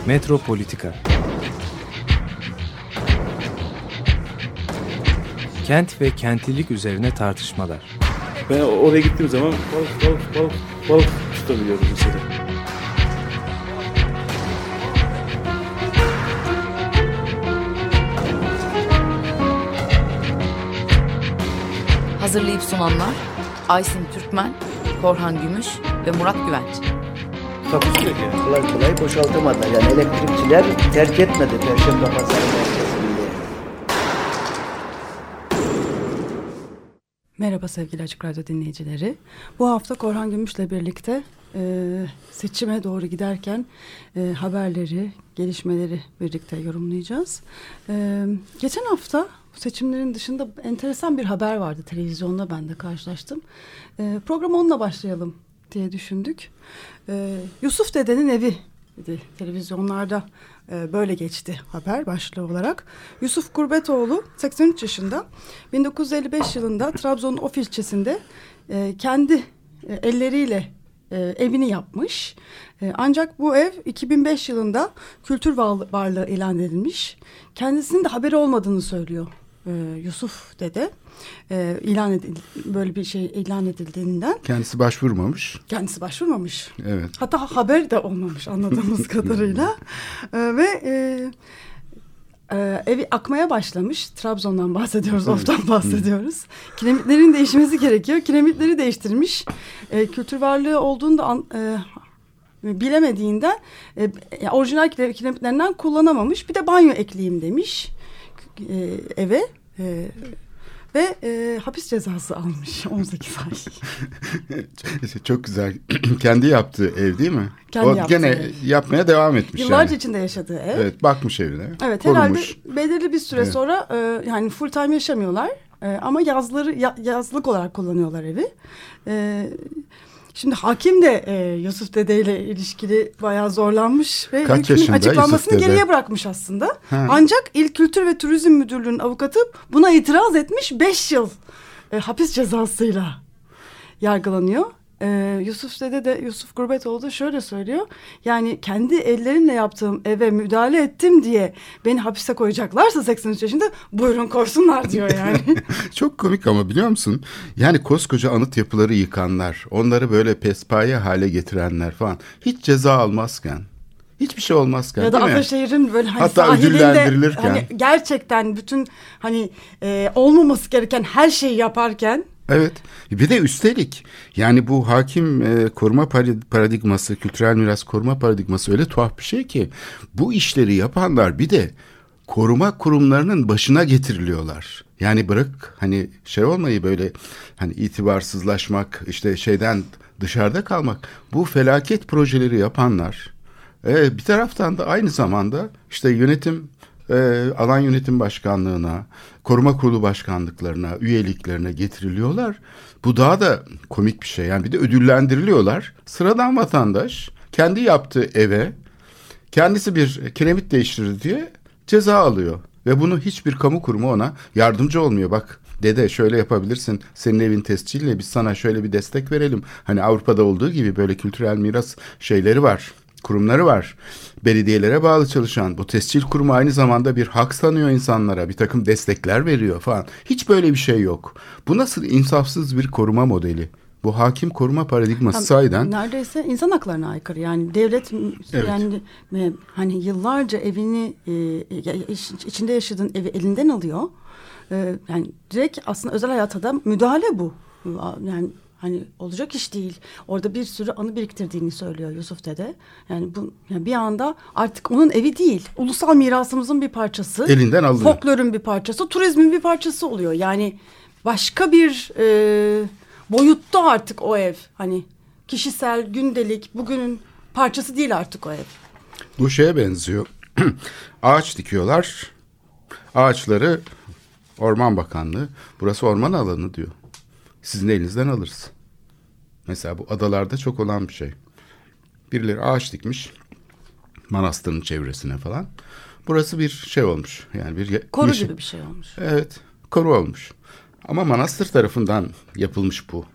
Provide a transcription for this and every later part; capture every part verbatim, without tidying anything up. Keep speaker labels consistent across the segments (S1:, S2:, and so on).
S1: Metropolitika. Kent ve kentlilik üzerine tartışmalar.
S2: Ben oraya gittiğim zaman balık balık balık balık tutabiliyorum mesela.
S3: Hazırlayıp sunanlar Aysin Türkmen, Korhan Gümüş ve Murat Güvenç.
S4: Takusuyor ki. Kolay kolay boşaltamadı. Yani elektrikçiler terk etmedi Perşembe Pazarı merkezinde.
S5: Merhaba sevgili Açık Radyo dinleyicileri. Bu hafta Korhan Gümüş'le birlikte e, seçime doğru giderken e, haberleri, gelişmeleri birlikte yorumlayacağız. E, geçen hafta seçimlerin dışında enteresan bir haber vardı. Televizyonda ben de karşılaştım. E, programa onunla başlayalım diye düşündük. E, Yusuf Dede'nin evi dedi. Televizyonlarda e, böyle geçti haber başlığı olarak. Yusuf Gurbetoğlu seksen üç yaşında. bin dokuz yüz elli beş yılında Trabzon'un Of ilçesinde e, kendi e, elleriyle e, evini yapmış. E, ancak bu ev iki bin beş yılında kültür varlığı ilan edilmiş. Kendisinin de haberi olmadığını söylüyor e, Yusuf Dede. E, ilan edildi, böyle bir şey ilan edildiğinden.
S6: Kendisi başvurmamış.
S5: Kendisi başvurmamış.
S6: Evet.
S5: Hatta haber de olmamış anladığımız kadarıyla. E, ve e, e, evi akmaya başlamış. Trabzon'dan bahsediyoruz,
S6: Evet.
S5: Of'tan bahsediyoruz. Kiremitlerin değişmesi gerekiyor. Kiremitleri değiştirmiş. E, kültür varlığı olduğunu da an, e, bilemediğinden e, yani orijinal kiremitlerinden kullanamamış. Bir de banyo ekleyeyim demiş e, eve. E, Ve e, hapis cezası almış on sekiz ay.
S6: Çok güzel. Kendi yaptığı ev değil mi?
S5: Kendi
S6: o
S5: yaptığı
S6: gene
S5: ev.
S6: yapmaya devam etmiş.
S5: Yıllarca
S6: yani.
S5: içinde yaşadığı ev.
S6: Evet, bakmış evine.
S5: Evet,
S6: korumuş.
S5: herhalde belirli bir süre
S6: Evet.
S5: sonra e, yani full time yaşamıyorlar. E, ama yazları ya, yazlık olarak kullanıyorlar evi. E, Şimdi hakim de e, Yusuf Dede ile ilişkili bayağı zorlanmış ve
S6: Kaç
S5: hükmün
S6: yaşında
S5: açıklanmasını
S6: Yusuf Dede?
S5: geriye bırakmış aslında.
S6: Ha.
S5: Ancak İl Kültür ve Turizm Müdürlüğü'nün avukatı buna itiraz etmiş, beş yıl e, hapis cezasıyla yargılanıyor. Ee, Yusuf Dede de Yusuf Gurbetoğlu da şöyle söylüyor. Yani kendi ellerimle yaptığım eve müdahale ettim diye beni hapise koyacaklarsa seksen üç yaşında buyurun koysunlar diyor yani.
S6: Çok komik ama biliyor musun? Yani koskoca anıt yapıları yıkanlar, onları böyle pespaye hale getirenler falan hiç ceza almazken, hiçbir şey olmazken,
S5: Ya da
S6: değil mi?
S5: Ataşehir'in böyle hani
S6: Hatta
S5: sahilinde
S6: ödüllendirilirken.
S5: hani gerçekten bütün hani e, olmaması gereken her şeyi yaparken.
S6: Evet. Bir de üstelik yani bu hakim e, koruma parad- paradigması, kültürel miras koruma paradigması öyle tuhaf bir şey ki bu işleri yapanlar bir de koruma kurumlarının başına getiriliyorlar. Yani bırak hani şey olmayı böyle hani itibarsızlaşmak, işte şeyden dışarıda kalmak. Bu felaket projeleri yapanlar e, bir taraftan da aynı zamanda işte yönetim e, alan yönetim başkanlığına, koruma kurulu başkanlıklarına, üyeliklerine getiriliyorlar. Bu daha da komik bir şey. Yani bir de ödüllendiriliyorlar. Sıradan vatandaş kendi yaptığı eve kendisi bir kiremit değiştirdi diye ceza alıyor. Ve bunu hiçbir kamu kurumu ona yardımcı olmuyor. Bak dede şöyle yapabilirsin. Senin evin tescilli, biz sana şöyle bir destek verelim. Hani Avrupa'da olduğu gibi böyle kültürel miras şeyleri var. Kurumları var. Belediyelere bağlı çalışan bu tescil kurumu aynı zamanda bir hak sanıyor insanlara. Bir takım destekler veriyor falan. Hiç böyle bir şey yok. Bu nasıl insafsız bir koruma modeli? Bu hakim koruma paradigması
S5: Tam,
S6: sahiden.
S5: Neredeyse insan haklarına aykırı. Yani devlet
S6: Evet.
S5: yani e, hani yıllarca evini e, içinde yaşadığın evi elinden alıyor. E, yani direkt aslında özel hayata da müdahale bu. Yani hani olacak iş değil. Orada bir sürü anı biriktirdiğini söylüyor Yusuf Dede. Yani bu yani bir anda artık onun evi değil. Ulusal mirasımızın bir parçası.
S6: Elinden alıyor.
S5: Folklorun bir parçası, turizmin bir parçası oluyor. Yani başka bir e, boyutta artık o ev. Hani kişisel, gündelik, bugünün parçası değil artık o ev.
S6: Bu şeye benziyor. Ağaç dikiyorlar. Ağaçları Orman Bakanlığı, burası orman alanı diyor. Sizin elinizden alırız. Mesela bu adalarda çok olan bir şey. Birileri ağaç dikmiş manastırın çevresine falan. Burası bir şey olmuş. Yani bir
S5: Koru
S6: yeşil.
S5: gibi bir şey olmuş.
S6: Evet, koru olmuş. Ama manastır tarafından yapılmış bu.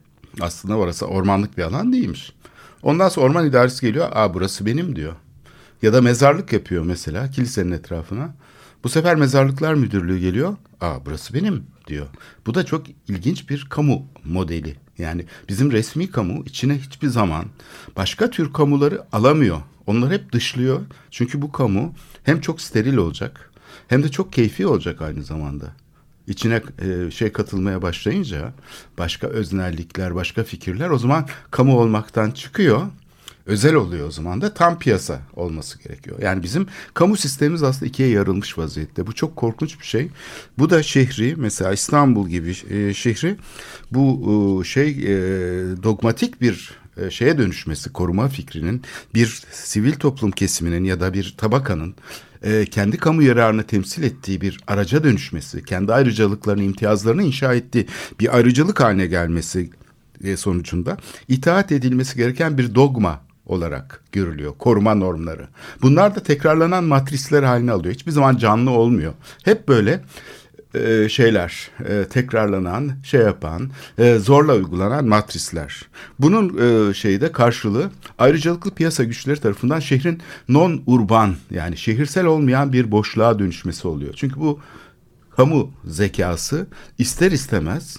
S6: Aslında orası ormanlık bir alan değilmiş. Ondan sonra orman idaresi geliyor. Aa burası benim diyor. Ya da mezarlık yapıyor mesela kilisenin etrafına. Bu sefer mezarlıklar müdürlüğü geliyor. Aa, burası benim diyor. Bu da çok ilginç bir kamu modeli. Yani bizim resmi kamu içine hiçbir zaman başka tür kamuları alamıyor. Onları hep dışlıyor. Çünkü bu kamu hem çok steril olacak hem de çok keyfi olacak aynı zamanda. İçine e, şey katılmaya başlayınca başka öznellikler, başka fikirler o zaman kamu olmaktan çıkıyor. Özel oluyor o zaman da tam piyasa olması gerekiyor. Yani bizim kamu sistemimiz aslında ikiye yarılmış vaziyette. Bu çok korkunç bir şey. Bu da şehri mesela İstanbul gibi e, şehri bu e, şey e, dogmatik bir e, şeye dönüşmesi, koruma fikrinin bir sivil toplum kesiminin ya da bir tabakanın e, kendi kamu yararını temsil ettiği bir araca dönüşmesi, kendi ayrıcalıklarını, imtiyazlarını inşa ettiği bir ayrıcalık haline gelmesi e, sonucunda itaat edilmesi gereken bir dogma olarak görülüyor. Koruma normları. Bunlar da tekrarlanan matrisler haline alıyor. Hiçbir zaman canlı olmuyor. Hep böyle e, şeyler, e, tekrarlanan, şey yapan, e, zorla uygulanan matrisler. Bunun e, şeyde karşılığı ayrıcalıklı piyasa güçleri tarafından şehrin non-urban yani şehirsel olmayan bir boşluğa dönüşmesi oluyor. Çünkü bu kamu zekası ister istemez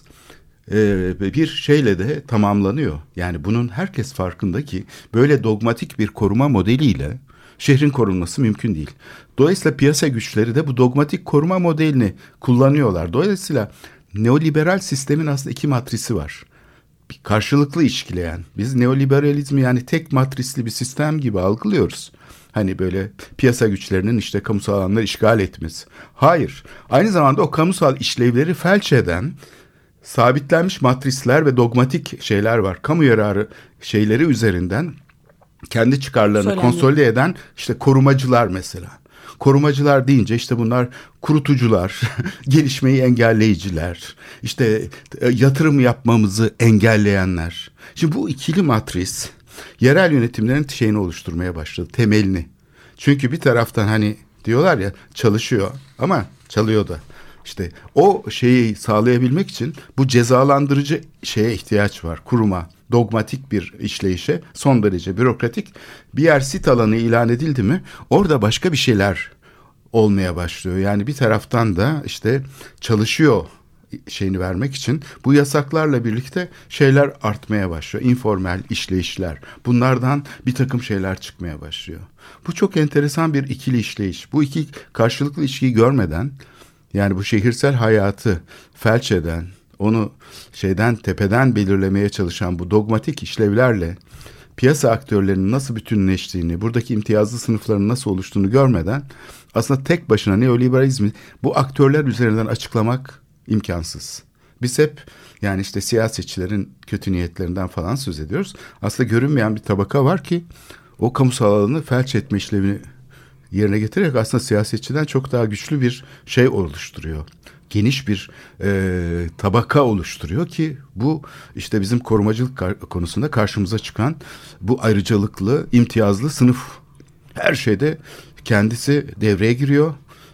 S6: bir şeyle de tamamlanıyor. Yani bunun herkes farkında ki böyle dogmatik bir koruma modeliyle şehrin korunması mümkün değil. Dolayısıyla piyasa güçleri de bu dogmatik koruma modelini kullanıyorlar. Dolayısıyla neoliberal sistemin aslında iki matrisi var. Bir karşılıklı ilişkileyen. Biz neoliberalizmi yani tek matrisli bir sistem gibi algılıyoruz. Hani böyle piyasa güçlerinin işte kamusal alanları işgal etmesi. Hayır. Aynı zamanda o kamusal işlevleri felç eden sabitlenmiş matrisler ve dogmatik şeyler var. Kamu yararı şeyleri üzerinden kendi çıkarlarını Söylenmiyor. konsolide eden işte korumacılar mesela. Korumacılar deyince işte bunlar kurutucular, gelişmeyi engelleyiciler, işte yatırım yapmamızı engelleyenler. Şimdi bu ikili matris yerel yönetimlerin şeyini oluşturmaya başladı, temelini. Çünkü bir taraftan hani diyorlar ya çalışıyor ama çalıyor da. İşte o şeyi sağlayabilmek için bu cezalandırıcı şeye ihtiyaç var. Kuruma, dogmatik bir işleyişe, son derece bürokratik bir yer sit alanı ilan edildi mi orada başka bir şeyler olmaya başlıyor. Yani bir taraftan da işte çalışıyor şeyini vermek için bu yasaklarla birlikte şeyler artmaya başlıyor. İnformal işleyişler. Bunlardan bir takım şeyler çıkmaya başlıyor. Bu çok enteresan bir ikili işleyiş. Bu iki karşılıklı ilişkiyi görmeden yani bu şehirsel hayatı felç eden, onu şeyden tepeden belirlemeye çalışan bu dogmatik işlevlerle piyasa aktörlerinin nasıl bütünleştiğini, buradaki imtiyazlı sınıfların nasıl oluştuğunu görmeden aslında tek başına neoliberalizmi bu aktörler üzerinden açıklamak imkansız. Biz hep yani işte siyasetçilerin kötü niyetlerinden falan söz ediyoruz. Aslında görünmeyen bir tabaka var ki o kamusal alanı felç etme işlevini yerine getirerek aslında siyasetçiden çok daha güçlü bir şey oluşturuyor. Geniş bir e, tabaka oluşturuyor ki bu işte bizim korumacılık kar- konusunda karşımıza çıkan bu ayrıcalıklı, imtiyazlı sınıf. Her şeyde kendisi devreye giriyor,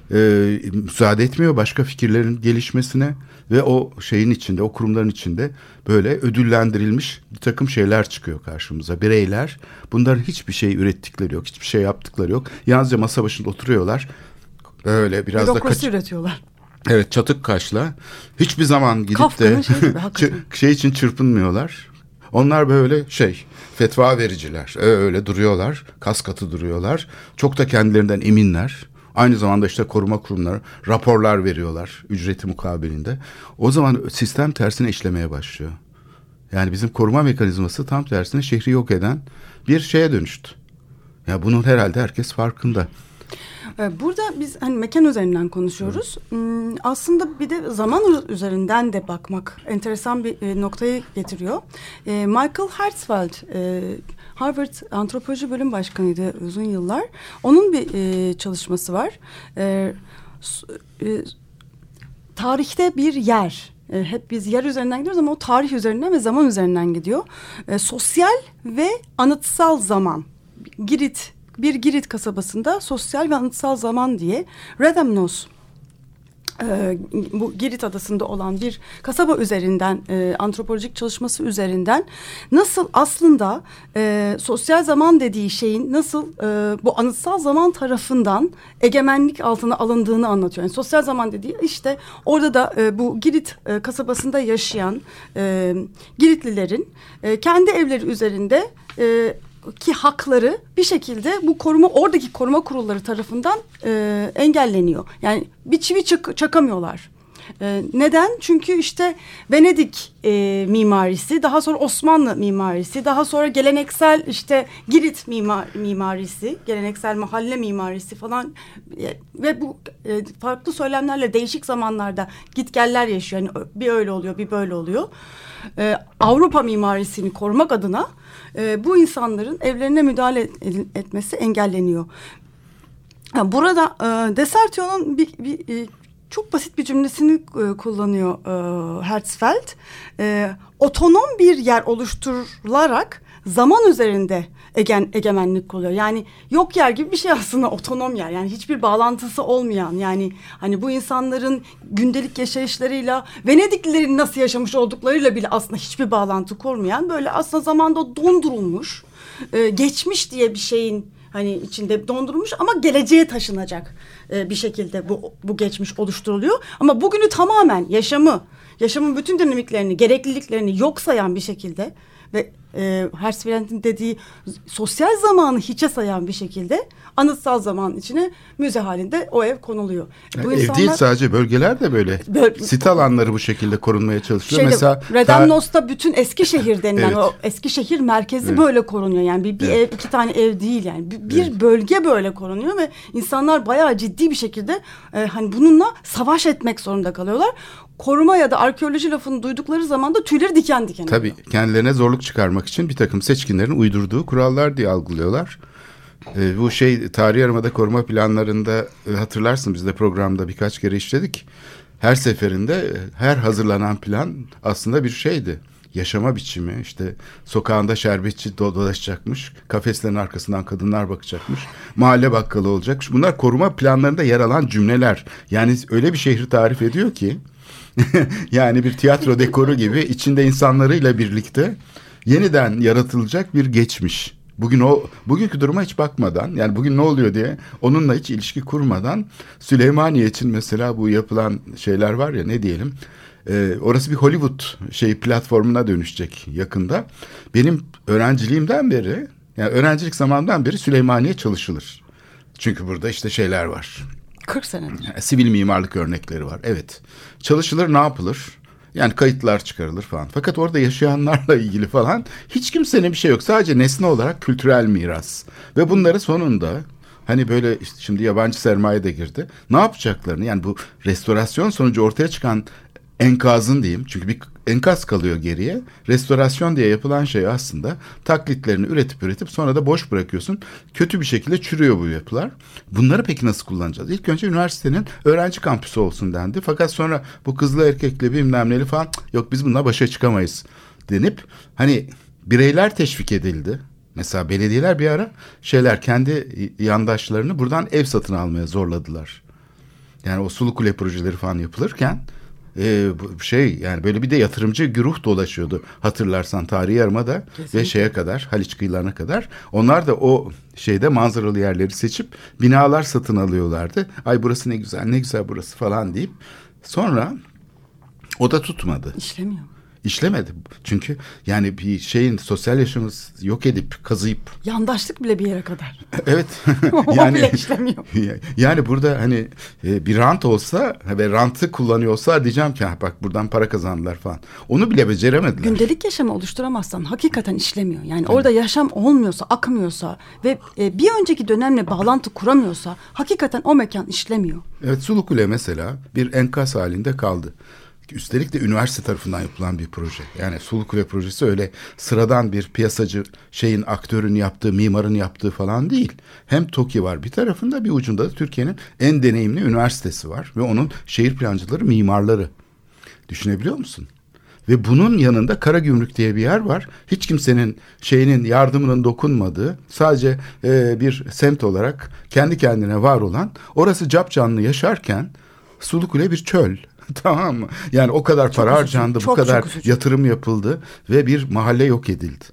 S6: e, müsaade etmiyor başka fikirlerin gelişmesine ve o şeyin içinde, o kurumların içinde böyle ödüllendirilmiş bir takım şeyler çıkıyor karşımıza. Bireyler, bunların hiçbir şey ürettikleri yok, hiçbir şey yaptıkları yok. Yalnızca masa başında oturuyorlar. Böyle biraz
S5: Bürokrasi
S6: da kaç...
S5: üretiyorlar.
S6: Evet, çatık kaşla. Hiçbir zaman gidip
S5: Kafka'nın
S6: de
S5: şey, gibi,
S6: şey için çırpınmıyorlar. Onlar böyle şey, fetva vericiler. Öyle duruyorlar, kas katı duruyorlar. Çok da kendilerinden eminler. Aynı zamanda işte koruma kurumları raporlar veriyorlar ücreti mukabilinde. O zaman sistem tersine işlemeye başlıyor. Yani bizim koruma mekanizması tam tersine şehri yok eden bir şeye dönüştü. Ya bunun herhalde herkes farkında.
S5: Burada biz hani mekan üzerinden konuşuyoruz. Hmm, aslında bir de zaman üzerinden de bakmak enteresan bir e, noktayı getiriyor. E, Michael Herzfeld, e, Harvard Antropoloji Bölüm Başkanıydı uzun yıllar. Onun bir e, çalışması var. E, e, tarihte bir yer. E, hep biz yer üzerinden gidiyoruz ama o tarih üzerinden ve zaman üzerinden gidiyor. E, sosyal ve anıtsal zaman. Girit Bir Girit kasabasında sosyal ve anıtsal zaman diye Rhadamnos e, bu Girit Adası'nda olan bir kasaba üzerinden, e, antropolojik çalışması üzerinden nasıl aslında e, sosyal zaman dediği şeyin nasıl e, bu anıtsal zaman tarafından egemenlik altına alındığını anlatıyor. Yani sosyal zaman dediği işte orada da e, bu Girit e, kasabasında yaşayan e, Giritlilerin e, kendi evleri üzerinde e, ki hakları bir şekilde bu koruma oradaki koruma kurulları tarafından e, engelleniyor. Yani bir çivi çak, çakamıyorlar. E, neden? Çünkü işte Venedik e, mimarisi, daha sonra Osmanlı mimarisi, daha sonra geleneksel işte Girit mimar, mimarisi, geleneksel mahalle mimarisi falan e, ve bu e, farklı söylemlerle değişik zamanlarda gitgeller yaşıyor. Yani bir öyle oluyor, bir böyle oluyor. E, Avrupa mimarisini korumak adına e, bu insanların evlerine müdahale et, etmesi engelleniyor. Yani burada e, Dessertio'nun bir, bir e, çok basit bir cümlesini e, kullanıyor e, Herzfeld. E, otonom bir yer oluşturularak zaman üzerinde egen, egemenlik oluyor. Yani yok yer gibi bir şey aslında otonom yer. Yani hiçbir bağlantısı olmayan, yani hani bu insanların gündelik yaşayışlarıyla Venediklilerin nasıl yaşamış olduklarıyla bile aslında hiçbir bağlantı kurmayan, böyle aslında zamanda dondurulmuş, e, geçmiş diye bir şeyin hani içinde dondurulmuş ama geleceğe taşınacak e, bir şekilde bu bu geçmiş oluşturuluyor. Ama bugünü tamamen yaşamı, yaşamın bütün dinamiklerini, gerekliliklerini yok sayan bir şekilde ve e, Herzfeld'in dediği sosyal zamanı hiçe sayan bir şekilde anıtsal zaman içine müze halinde o ev konuluyor.
S6: Yani
S5: bu
S6: ev
S5: insanlar,
S6: değil sadece, bölgeler de böyle.
S5: Böl-
S6: Sit alanları bu şekilde korunmaya çalışılıyor.
S5: Şeyde,
S6: Mesela
S5: Redemnos'ta bütün Eskişehir denilen
S6: Evet.
S5: o Eskişehir merkezi
S6: Evet.
S5: böyle korunuyor. Yani bir, bir
S6: Evet.
S5: ev, iki tane ev değil yani. Bir, bir
S6: Evet.
S5: bölge böyle korunuyor ve insanlar bayağı ciddi bir şekilde e, hani bununla savaş etmek zorunda kalıyorlar. Koruma ya da arkeoloji lafını duydukları zaman da tüyleri diken diken
S6: tabii
S5: oluyor.
S6: kendilerine zorluk çıkarmak için bir takım seçkinlerin uydurduğu kurallar diye algılıyorlar. Ee, bu şey tarihi yarımada koruma planlarında e, hatırlarsın, biz de programda birkaç kere işledik. Her seferinde e, her hazırlanan plan aslında bir şeydi. Yaşama biçimi, işte sokağında şerbetçi do- dolaşacakmış, kafeslerin arkasından kadınlar bakacakmış, mahalle bakkalı olacakmış. Bunlar koruma planlarında yer alan cümleler. Yani öyle bir şehri tarif ediyor ki yani bir tiyatro dekoru gibi içinde insanlarıyla birlikte yeniden yaratılacak bir geçmiş. Bugün o bugünkü duruma hiç bakmadan, yani bugün ne oluyor diye onunla hiç ilişki kurmadan, Süleymaniye için mesela bu yapılan şeyler var ya, ne diyelim, e, orası bir Hollywood şey platformuna dönüşecek yakında. Benim öğrenciliğimden beri, yani öğrencilik zamanından beri Süleymaniye çalışılır. Çünkü burada işte şeyler var.
S5: kırk senedir.
S6: Yani sivil mimarlık örnekleri var. Evet. Çalışılır, ne yapılır? Yani kayıtlar çıkarılır falan. Fakat orada yaşayanlarla ilgili falan hiç kimsenin bir şey yok. Sadece nesne olarak kültürel miras. Ve bunları sonunda hani böyle işte şimdi yabancı sermaye de girdi. Ne yapacaklarını, yani bu restorasyon sonucu ortaya çıkan enkazın diyeyim, çünkü bir enkaz kalıyor geriye. Restorasyon diye yapılan şey aslında taklitlerini üretip üretip sonra da boş bırakıyorsun. Kötü bir şekilde çürüyor bu yapılar. Bunları peki nasıl kullanacağız? İlk önce üniversitenin öğrenci kampüsü olsun dendi. Fakat sonra bu kızlı erkekli bilmem neli falan, yok biz bununla başa çıkamayız denip hani bireyler teşvik edildi. Mesela belediyeler bir ara şeyler kendi yandaşlarını buradan ev satın almaya zorladılar. Yani o Sulu Kule projeleri falan yapılırken Ee, bu şey, yani böyle bir de yatırımcı güruh dolaşıyordu, hatırlarsan tarihi yarımada ve şeye kadar, Haliç kıyılarına kadar. Onlar da o şeyde manzaralı yerleri seçip binalar satın alıyorlardı. Ay burası ne güzel, ne güzel burası falan deyip, sonra o da tutmadı.
S5: İşlemiyor.
S6: İşlemedi. Çünkü yani bir şeyin sosyal yaşamımız yok edip kazıyıp.
S5: Yandaşlık bile bir yere kadar.
S6: Evet.
S5: O
S6: yani
S5: bile işlemiyor.
S6: Yani burada hani bir rant olsa ve rantı kullanıyorsa diyeceğim ki bak buradan para kazandılar falan. Onu bile beceremediler.
S5: Gündelik yaşamı oluşturamazsan hakikaten işlemiyor. Yani evet. Orada yaşam olmuyorsa, akmıyorsa ve bir önceki dönemle bağlantı kuramıyorsa hakikaten o mekan işlemiyor.
S6: Evet, Sulu Kule mesela bir enkaz halinde kaldı. Üstelik de üniversite tarafından yapılan bir proje. Yani Sulu Kule projesi öyle sıradan bir piyasacı şeyin, aktörün yaptığı, mimarın yaptığı falan değil. Hem TOKİ var bir tarafında, bir ucunda da Türkiye'nin en deneyimli üniversitesi var. Ve onun şehir plancıları, mimarları. Düşünebiliyor musun? Ve bunun yanında Karagümrük diye bir yer var. Hiç kimsenin şeyinin, yardımının dokunmadığı, sadece e, bir semt olarak kendi kendine var olan, orası capcanlı yaşarken Sulukule bir çöl. Tamam mı? Yani o kadar
S5: Çok
S6: para
S5: üzücü,
S6: harcandı,
S5: çok,
S6: bu kadar
S5: çok üzücü.
S6: yatırım yapıldı ve bir mahalle yok edildi.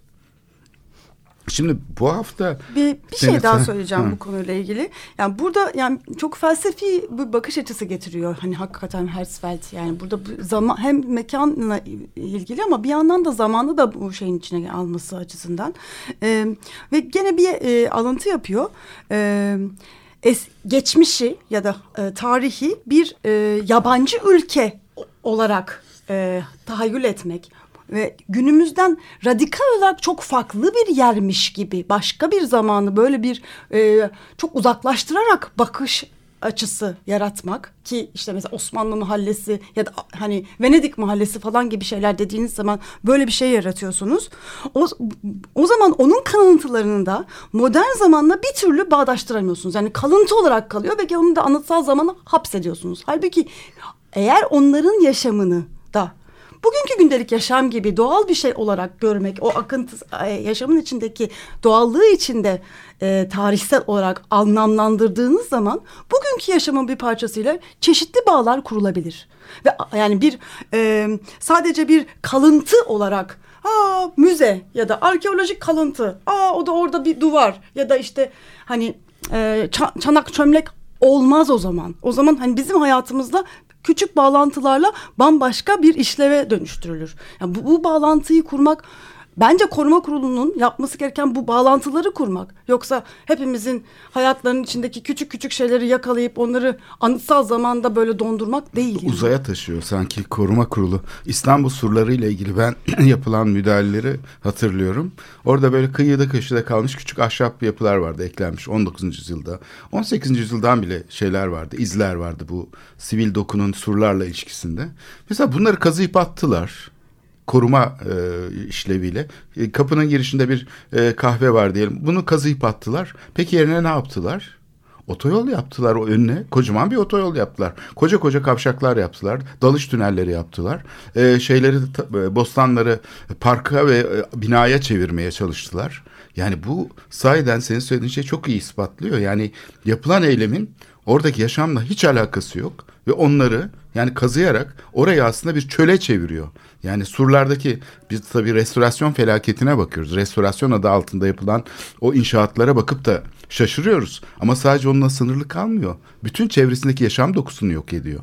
S6: Şimdi bu hafta
S5: Bir, bir
S6: Seni-
S5: şey daha
S6: sen-
S5: söyleyeceğim
S6: Hı.
S5: bu konuyla ilgili. Yani burada yani çok felsefi bir bakış açısı getiriyor. Hani hakikaten Herzfeld yani burada bu zaman hem mekanla ilgili ama bir yandan da zamanı da bu şeyin içine alması açısından. Ee, ve gene bir e, alıntı yapıyor. Ee, es, geçmişi ya da e, tarihi bir e, yabancı ülke olarak e, tahayyül etmek ve günümüzden radikal olarak çok farklı bir yermiş gibi başka bir zamanı böyle bir e, çok uzaklaştırarak bakış açısı yaratmak ki işte mesela Osmanlı Mahallesi ya da hani Venedik Mahallesi falan gibi şeyler dediğiniz zaman böyle bir şey yaratıyorsunuz. O, o zaman onun kalıntılarını da modern zamanla bir türlü bağdaştıramıyorsunuz. Yani kalıntı olarak kalıyor ve onu da anıtsal zamana hapsediyorsunuz. Halbuki eğer onların yaşamını da bugünkü gündelik yaşam gibi doğal bir şey olarak görmek, o akıntı yaşamın içindeki doğallığı içinde e, tarihsel olarak anlamlandırdığınız zaman bugünkü yaşamın bir parçasıyla çeşitli bağlar kurulabilir. Ve yani bir e, sadece bir kalıntı olarak aa müze ya da arkeolojik kalıntı, aa o da orada bir duvar ya da işte hani e, çanak çömlek olmaz o zaman. O zaman hani bizim hayatımızda küçük bağlantılarla bambaşka bir işleve dönüştürülür. Yani bu, bu bağlantıyı kurmak bence koruma kurulunun yapması gereken bu bağlantıları kurmak. Yoksa hepimizin hayatlarının içindeki küçük küçük şeyleri yakalayıp onları anıtsal zamanda böyle dondurmak değil. Yani.
S6: uzaya taşıyor sanki koruma kurulu. İstanbul surları ile ilgili ben yapılan müdahaleleri hatırlıyorum. Orada böyle kıyıda köşede kalmış küçük ahşap yapılar vardı eklenmiş on dokuzuncu yüzyılda. on sekizinci yüzyıldan bile şeyler vardı, izler vardı bu sivil dokunun surlarla ilişkisinde. Mesela bunları kazıyıp attılar. Koruma e, işleviyle. E, kapının girişinde bir e, kahve var diyelim. Bunu kazıyıp attılar. Peki yerine ne yaptılar? Otoyol yaptılar o önüne. Kocaman bir otoyol yaptılar. Koca koca kavşaklar yaptılar. Dalış tünelleri yaptılar. E, şeyleri, e, bostanları parka ve e, binaya çevirmeye çalıştılar. Yani bu sahiden senin söylediğin şey çok iyi ispatlıyor. Yani yapılan eylemin oradaki yaşamla hiç alakası yok. Ve onları yani kazıyarak orayı aslında bir çöle çeviriyor. Yani surlardaki biz tabii restorasyon felaketine bakıyoruz. Restorasyon adı altında yapılan o inşaatlara bakıp da şaşırıyoruz. Ama sadece onunla sınırlı kalmıyor. Bütün çevresindeki yaşam dokusunu yok ediyor.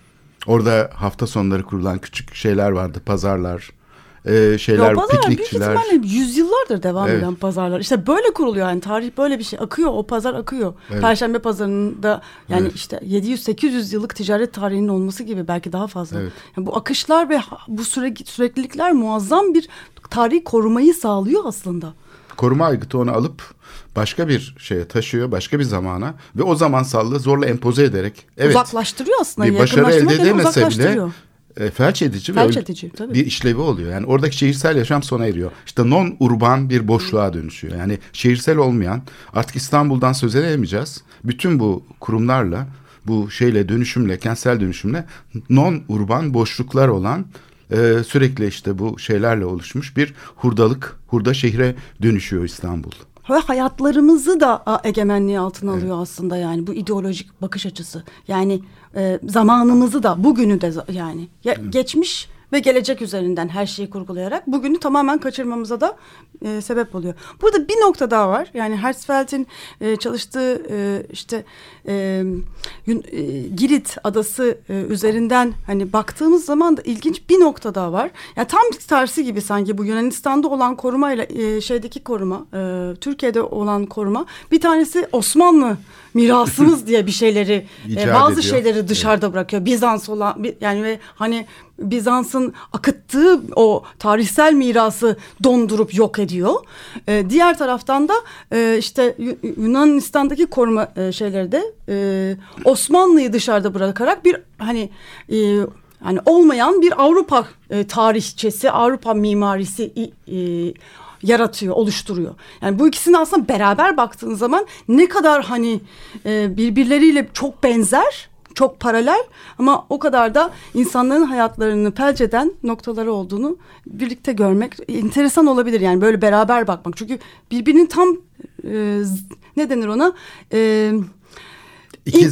S6: Orada hafta sonları kurulan küçük şeyler vardı, pazarlar. Ee, şeyler,
S5: Yo, pazarlar
S6: piknikçiler.
S5: büyük ihtimalle yüzyıllardır devam
S6: Evet.
S5: eden pazarlar. İşte böyle kuruluyor yani tarih böyle bir şey. Akıyor o pazar akıyor.
S6: Evet.
S5: Perşembe pazarında yani
S6: Evet.
S5: işte yedi yüz sekiz yüz yıllık ticaret tarihinin olması gibi belki daha fazla.
S6: Evet.
S5: Yani bu akışlar ve bu süre, süreklilikler muazzam bir tarihi korumayı sağlıyor aslında.
S6: Koruma aygıtı onu alıp başka bir şeye taşıyor, başka bir zamana ve o zamansallığı zorla empoze ederek evet,
S5: Uzaklaştırıyor aslında.
S6: bir başarı elde
S5: yakınlaştırmak yerine
S6: edemese bile
S5: uzaklaştırıyor.
S6: e, felç edici,
S5: Felç
S6: ve
S5: edici, tabii.
S6: bir işlevi oluyor. Yani oradaki şehirsel yaşam sona eriyor. İşte non urban bir boşluğa dönüşüyor. Yani şehirsel olmayan, artık İstanbul'dan söz edemeyeceğiz. Bütün bu kurumlarla, bu şeyle dönüşümle, kentsel dönüşümle non urban boşluklar olan e, sürekli işte bu şeylerle oluşmuş bir hurdalık, hurda şehre dönüşüyor İstanbul.
S5: Ve hayatlarımızı da a, egemenliği altına alıyor aslında yani bu ideolojik bakış açısı. Yani e, zamanımızı da bugünü de za- yani ya, geçmiş ve gelecek üzerinden her şeyi kurgulayarak bugünü tamamen kaçırmamıza da e, sebep oluyor. Burada bir nokta daha var. Yani Herzfeld'in e, çalıştığı e, işte e, Yun- e, Girit adası e, üzerinden hani baktığımız zaman da ilginç bir nokta daha var. Ya tam tersi gibi sanki bu Yunanistan'da olan korumayla e, şeydeki koruma, e, Türkiye'de olan koruma. Bir tanesi Osmanlı mirasımız diye bir şeyleri,
S6: İcat
S5: e, bazı
S6: ediyor.
S5: şeyleri dışarıda bırakıyor. Bizans olan bir- yani ve hani Bizans'ın akıttığı o tarihsel mirası dondurup yok ediyor. E, diğer taraftan da e, işte Yu- Yunanistan'daki koruma e, şeyleri de e, Osmanlı'yı dışarıda bırakarak bir hani e, yani olmayan bir Avrupa e, tarihçesi, Avrupa mimarisi e, yaratıyor, oluşturuyor. Yani bu ikisini aslında beraber baktığın zaman ne kadar hani e, birbirleriyle çok benzer, çok paralel ama o kadar da insanların hayatlarını felç eden noktaları olduğunu birlikte görmek enteresan olabilir. Yani böyle beraber bakmak. Çünkü birbirinin tam e, ne denir ona? E,
S6: İkizi.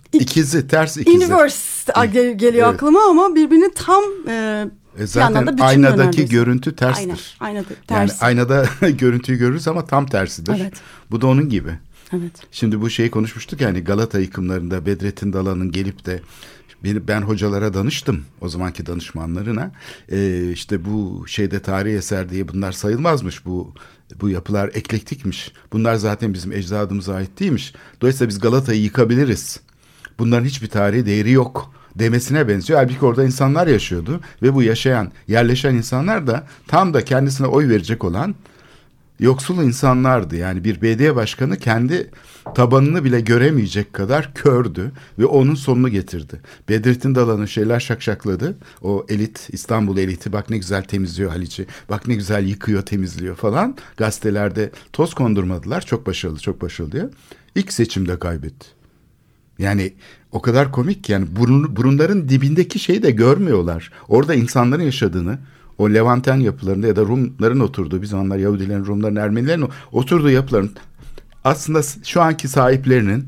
S6: İkizi, ters ikizi.
S5: Inverse gel- geliyor
S6: Evet.
S5: aklıma ama birbirini tam e,
S6: E zaten
S5: da bütünlüyor
S6: aynadaki
S5: neredeyse.
S6: görüntü terstir.
S5: Aynen, aynada
S6: Yani
S5: tersi.
S6: aynada görüntüyü görürüz ama tam tersidir.
S5: Evet.
S6: Bu da onun gibi.
S5: Evet.
S6: Şimdi bu şeyi konuşmuştuk yani Galata yıkımlarında Bedrettin Dalan'ın gelip de ben hocalara danıştım o zamanki danışmanlarına. Ee, işte bu şeyde tarihi eser diye bunlar sayılmazmış. Bu bu yapılar eklektikmiş. Bunlar zaten bizim ecdadımıza ait değilmiş. Dolayısıyla biz Galata'yı yıkabiliriz. Bunların hiçbir tarihi değeri yok demesine benziyor. Halbuki orada insanlar yaşıyordu ve bu yaşayan, yerleşen insanlar da tam da kendisine oy verecek olan yoksul insanlardı. Yani bir belediye başkanı kendi tabanını bile göremeyecek kadar kördü ve onun sonunu getirdi. Bedrettin Dalan'ı şeyler şakşakladı. O elit, İstanbul eliti, bak ne güzel temizliyor Haliç'i, bak ne güzel yıkıyor, temizliyor falan. Gazetelerde toz kondurmadılar. Çok başarılı, çok başarılı diye. İlk seçimde kaybetti. Yani o kadar komik ki yani burun, burunların dibindeki şeyi de görmüyorlar. Orada insanların yaşadığını, o Levanten yapılarında ya da Rumların oturduğu, bir zamanlar Yahudilerin, Rumların, Ermenilerin oturduğu yapıların aslında şu anki sahiplerinin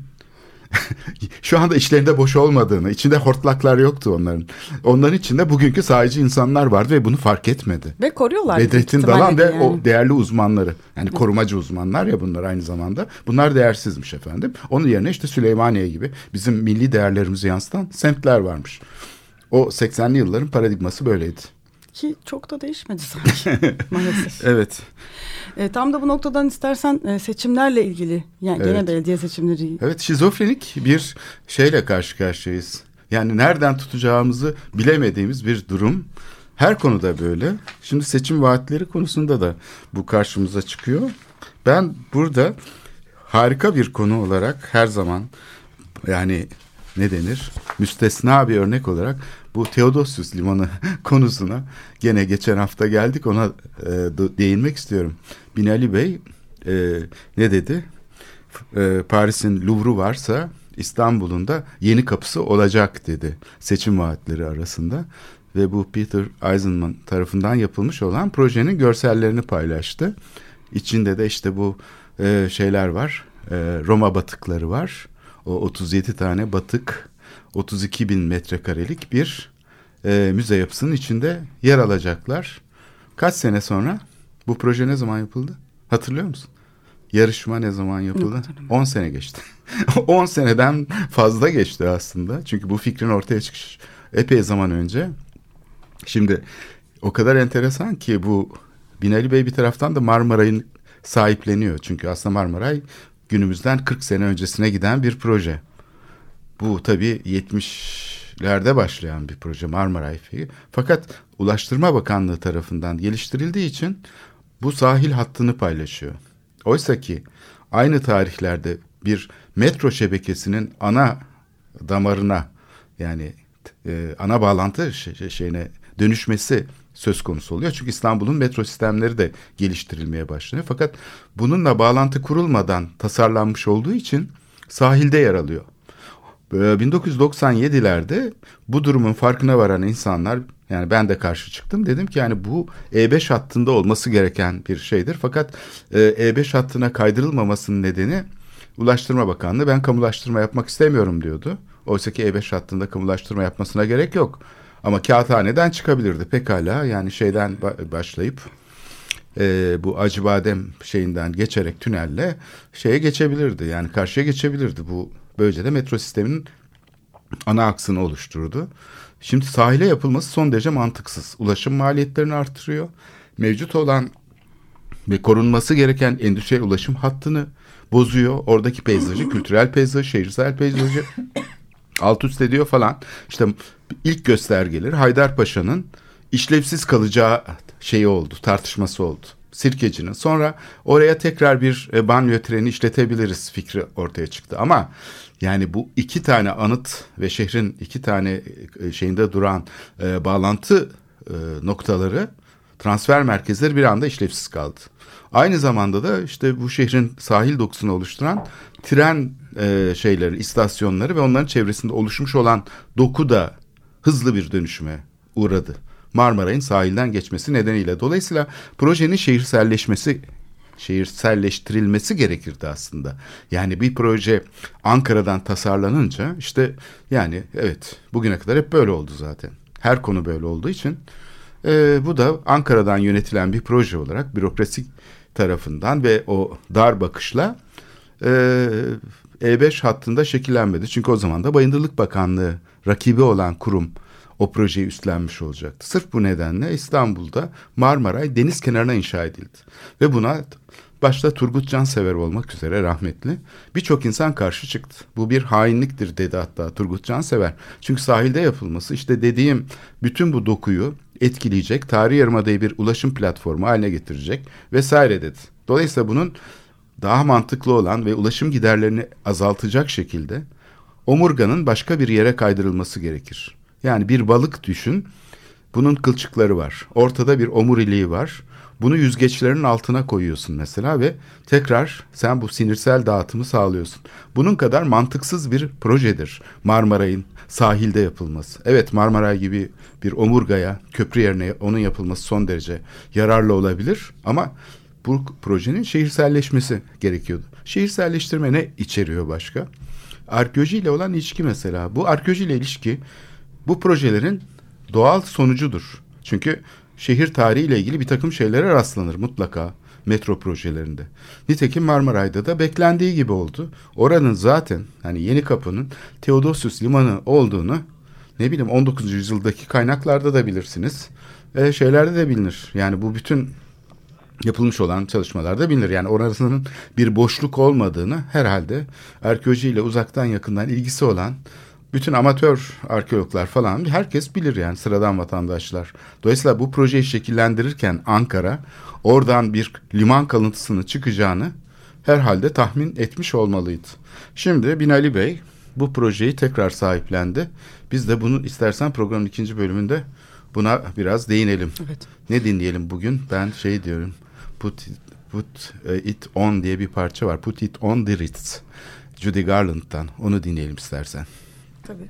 S6: şu anda içlerinde boş olmadığını, içinde hortlaklar yoktu onların. Onların içinde bugünkü sahici insanlar vardı ve bunu fark etmedi.
S5: Ve koruyorlar.
S6: Bedrettin Dalan ve
S5: yani.
S6: o değerli uzmanları. Yani korumacı uzmanlar ya bunlar aynı zamanda. Bunlar değersizmiş efendim. Onun yerine işte Süleymaniye gibi bizim milli değerlerimizi yansıtan semtler varmış. O seksenli yılların paradigması böyleydi.
S5: Ki çok da değişmedi sanki maalesef.
S6: Evet.
S5: E, tam da bu noktadan istersen e, seçimlerle ilgili yani
S6: Evet.
S5: gene belediye seçimleri.
S6: Evet, şizofrenik bir şeyle karşı karşıyayız. Yani nereden tutacağımızı bilemediğimiz bir durum. Her konuda böyle. Şimdi seçim vaatleri konusunda da bu karşımıza çıkıyor. Ben burada harika bir konu olarak her zaman yani ne denir? Müstesna bir örnek olarak bu Theodosius Limanı konusuna gene geçen hafta geldik, ona e, değinmek istiyorum. Binali Bey e, ne dedi? E, Paris'in Louvre'u varsa İstanbul'un da yeni kapısı olacak dedi seçim vaatleri arasında. Ve bu Peter Eisenman tarafından yapılmış olan projenin görsellerini paylaştı. İçinde de işte bu e, şeyler var, e, Roma batıkları var. O otuz yedi tane batık, otuz iki bin metrekarelik bir e, müze yapısının içinde yer alacaklar. Kaç sene sonra bu proje ne zaman yapıldı? Hatırlıyor musun? Yarışma ne zaman yapıldı? on sene geçti. on seneden fazla geçti aslında. Çünkü bu fikrin ortaya çıkış epey zaman önce. Şimdi o kadar enteresan ki bu Binali Bey bir taraftan da Marmaray'ın sahipleniyor. Çünkü aslında Marmaray günümüzden kırk sene öncesine giden bir proje. Bu tabii yetmişlerde başlayan bir proje Marmaray. Fakat Ulaştırma Bakanlığı tarafından geliştirildiği için bu sahil hattını paylaşıyor. Oysa ki aynı tarihlerde bir metro şebekesinin ana damarına yani e, ana bağlantı şeyine dönüşmesi söz konusu oluyor. Çünkü İstanbul'un metro sistemleri de geliştirilmeye başlanıyor. Fakat bununla bağlantı kurulmadan tasarlanmış olduğu için sahilde yer alıyor. bin dokuz yüz doksan yedilerde bu durumun farkına varan insanlar, yani ben de karşı çıktım. Dedim ki yani bu E beş hattında olması gereken bir şeydir. Fakat E beş hattına kaydırılmamasının nedeni Ulaştırma Bakanlığı ben kamulaştırma yapmak istemiyorum diyordu. Oysa ki E beş hattında kamulaştırma yapmasına gerek yok. Ama kağıthaneden çıkabilirdi pekala, yani şeyden başlayıp e, bu Acıbadem şeyinden geçerek tünelle şeye geçebilirdi, yani karşıya geçebilirdi. Bu böylece de metro sisteminin ana aksını oluşturdu. Şimdi sahile yapılması son derece mantıksız. Ulaşım maliyetlerini artırıyor. Mevcut olan ve korunması gereken endüstriyel ulaşım hattını bozuyor. Oradaki peyzajı, kültürel peyzajı, şehirsel peyzajı alt üst ediyor falan. İşte ilk göstergeleri Haydarpaşa'nın işlevsiz kalacağı şeyi oldu, tartışması oldu. Sirkeci'nin. Sonra oraya tekrar bir e, banliyö treni işletebiliriz fikri ortaya çıktı. Ama yani bu iki tane anıt ve şehrin iki tane e, şeyinde duran e, bağlantı e, noktaları, transfer merkezleri bir anda işlevsiz kaldı. Aynı zamanda da işte bu şehrin sahil dokusunu oluşturan tren e, şeyleri, istasyonları ve onların çevresinde oluşmuş olan doku da hızlı bir dönüşüme uğradı. Marmaray'ın sahilden geçmesi nedeniyle. Dolayısıyla projenin şehirselleşmesi şehirselleştirilmesi gerekirdi aslında. Yani bir proje Ankara'dan tasarlanınca işte yani evet bugüne kadar hep böyle oldu zaten. Her konu böyle olduğu için e, bu da Ankara'dan yönetilen bir proje olarak bürokrasi tarafından ve o dar bakışla e, E beş hattında şekillenmedi. Çünkü o zaman da Bayındırlık Bakanlığı rakibi olan kurum o projeyi üstlenmiş olacaktı. Sırf bu nedenle İstanbul'da Marmaray deniz kenarına inşa edildi. Ve buna başta Turgut Cansever olmak üzere rahmetli birçok insan karşı çıktı. Bu bir hainliktir dedi hatta Turgut Cansever. Çünkü sahilde yapılması işte dediğim bütün bu dokuyu etkileyecek, Tarihi Yarımada'yı bir ulaşım platformu haline getirecek vesaire dedi. Dolayısıyla bunun daha mantıklı olan ve ulaşım giderlerini azaltacak şekilde omurganın başka bir yere kaydırılması gerekir. Yani bir balık düşün, bunun kılçıkları var, ortada bir omuriliği var. Bunu yüzgeçlerin altına koyuyorsun mesela ve tekrar sen bu sinirsel dağıtımı sağlıyorsun. Bunun kadar mantıksız bir projedir Marmaray'ın sahilde yapılması. Evet, Marmaray gibi bir omurgaya, köprü yerine onun yapılması son derece yararlı olabilir ama bu projenin şehirselleşmesi gerekiyordu. Şehirselleştirme ne içeriyor başka? Arkeolojiyle olan ilişki mesela. Bu arkeolojiyle ilişki bu projelerin doğal sonucudur. Çünkü şehir tarihiyle ilgili bir takım şeylere rastlanır mutlaka metro projelerinde. Nitekim Marmaray'da da beklendiği gibi oldu. Oranın zaten hani Yenikapı'nın Theodosius Limanı olduğunu ne bileyim on dokuzuncu yüzyıldaki kaynaklarda da bilirsiniz. E, şeylerde de bilinir. Yani bu bütün yapılmış olan çalışmalarda bilinir. Yani orasının bir boşluk olmadığını herhalde arkeolojiyle uzaktan yakından ilgisi olan bütün amatör arkeologlar falan herkes bilir yani sıradan vatandaşlar. Dolayısıyla bu projeyi şekillendirirken Ankara oradan bir liman kalıntısının çıkacağını herhalde tahmin etmiş olmalıydı. Şimdi Binali Bey bu projeyi tekrar sahiplendi. Biz de bunu istersen programın ikinci bölümünde buna biraz değinelim. Evet. Ne dinleyelim bugün? Ben şey diyorum. Put, put it on diye bir parça var. Put it on the Ritz. Judy Garland'dan. Onu dinleyelim istersen.
S5: Tabii.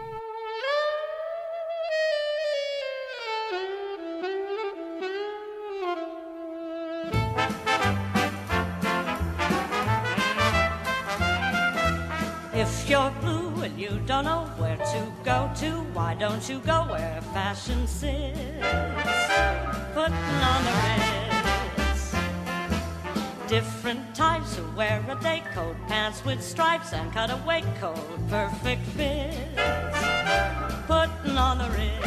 S7: If you're blue and you don't know where to go to, why don't you go where fashion sits, putting on the ritz. Different types who wear a day coat, pants with stripes and cutaway coat, perfect fits, putting on the ritz.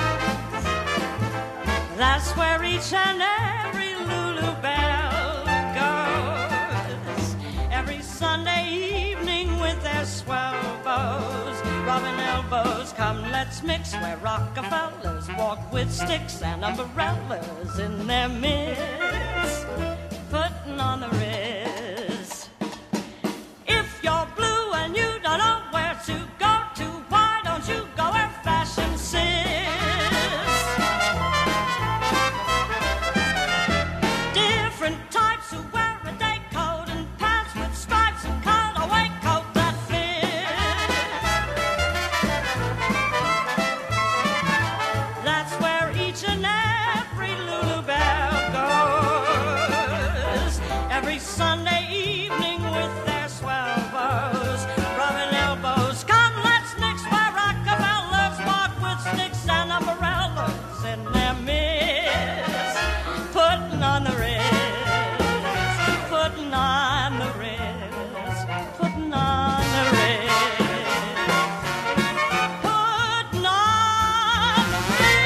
S7: That's where each and every Lulu Belle goes, every Sunday evening with their swell bows, rubbing elbows. Come, let's mix where Rockefellers walk with sticks and umbrellas in their midst, putting on the Riz. If you're blue and you don't know where to go to, why don't you go where fashion sits? Different types who wear a day coat and pants with stripes and cutaway coat that fits. That's where each and every Lulu Belle goes, every Sunday evening with their swell bows, rubbing elbows. Come, let's mix where Rockefellers walk with sticks and umbrellas in their midst, putting on the Ritz, putting on the Ritz, putting on the Ritz, putting on the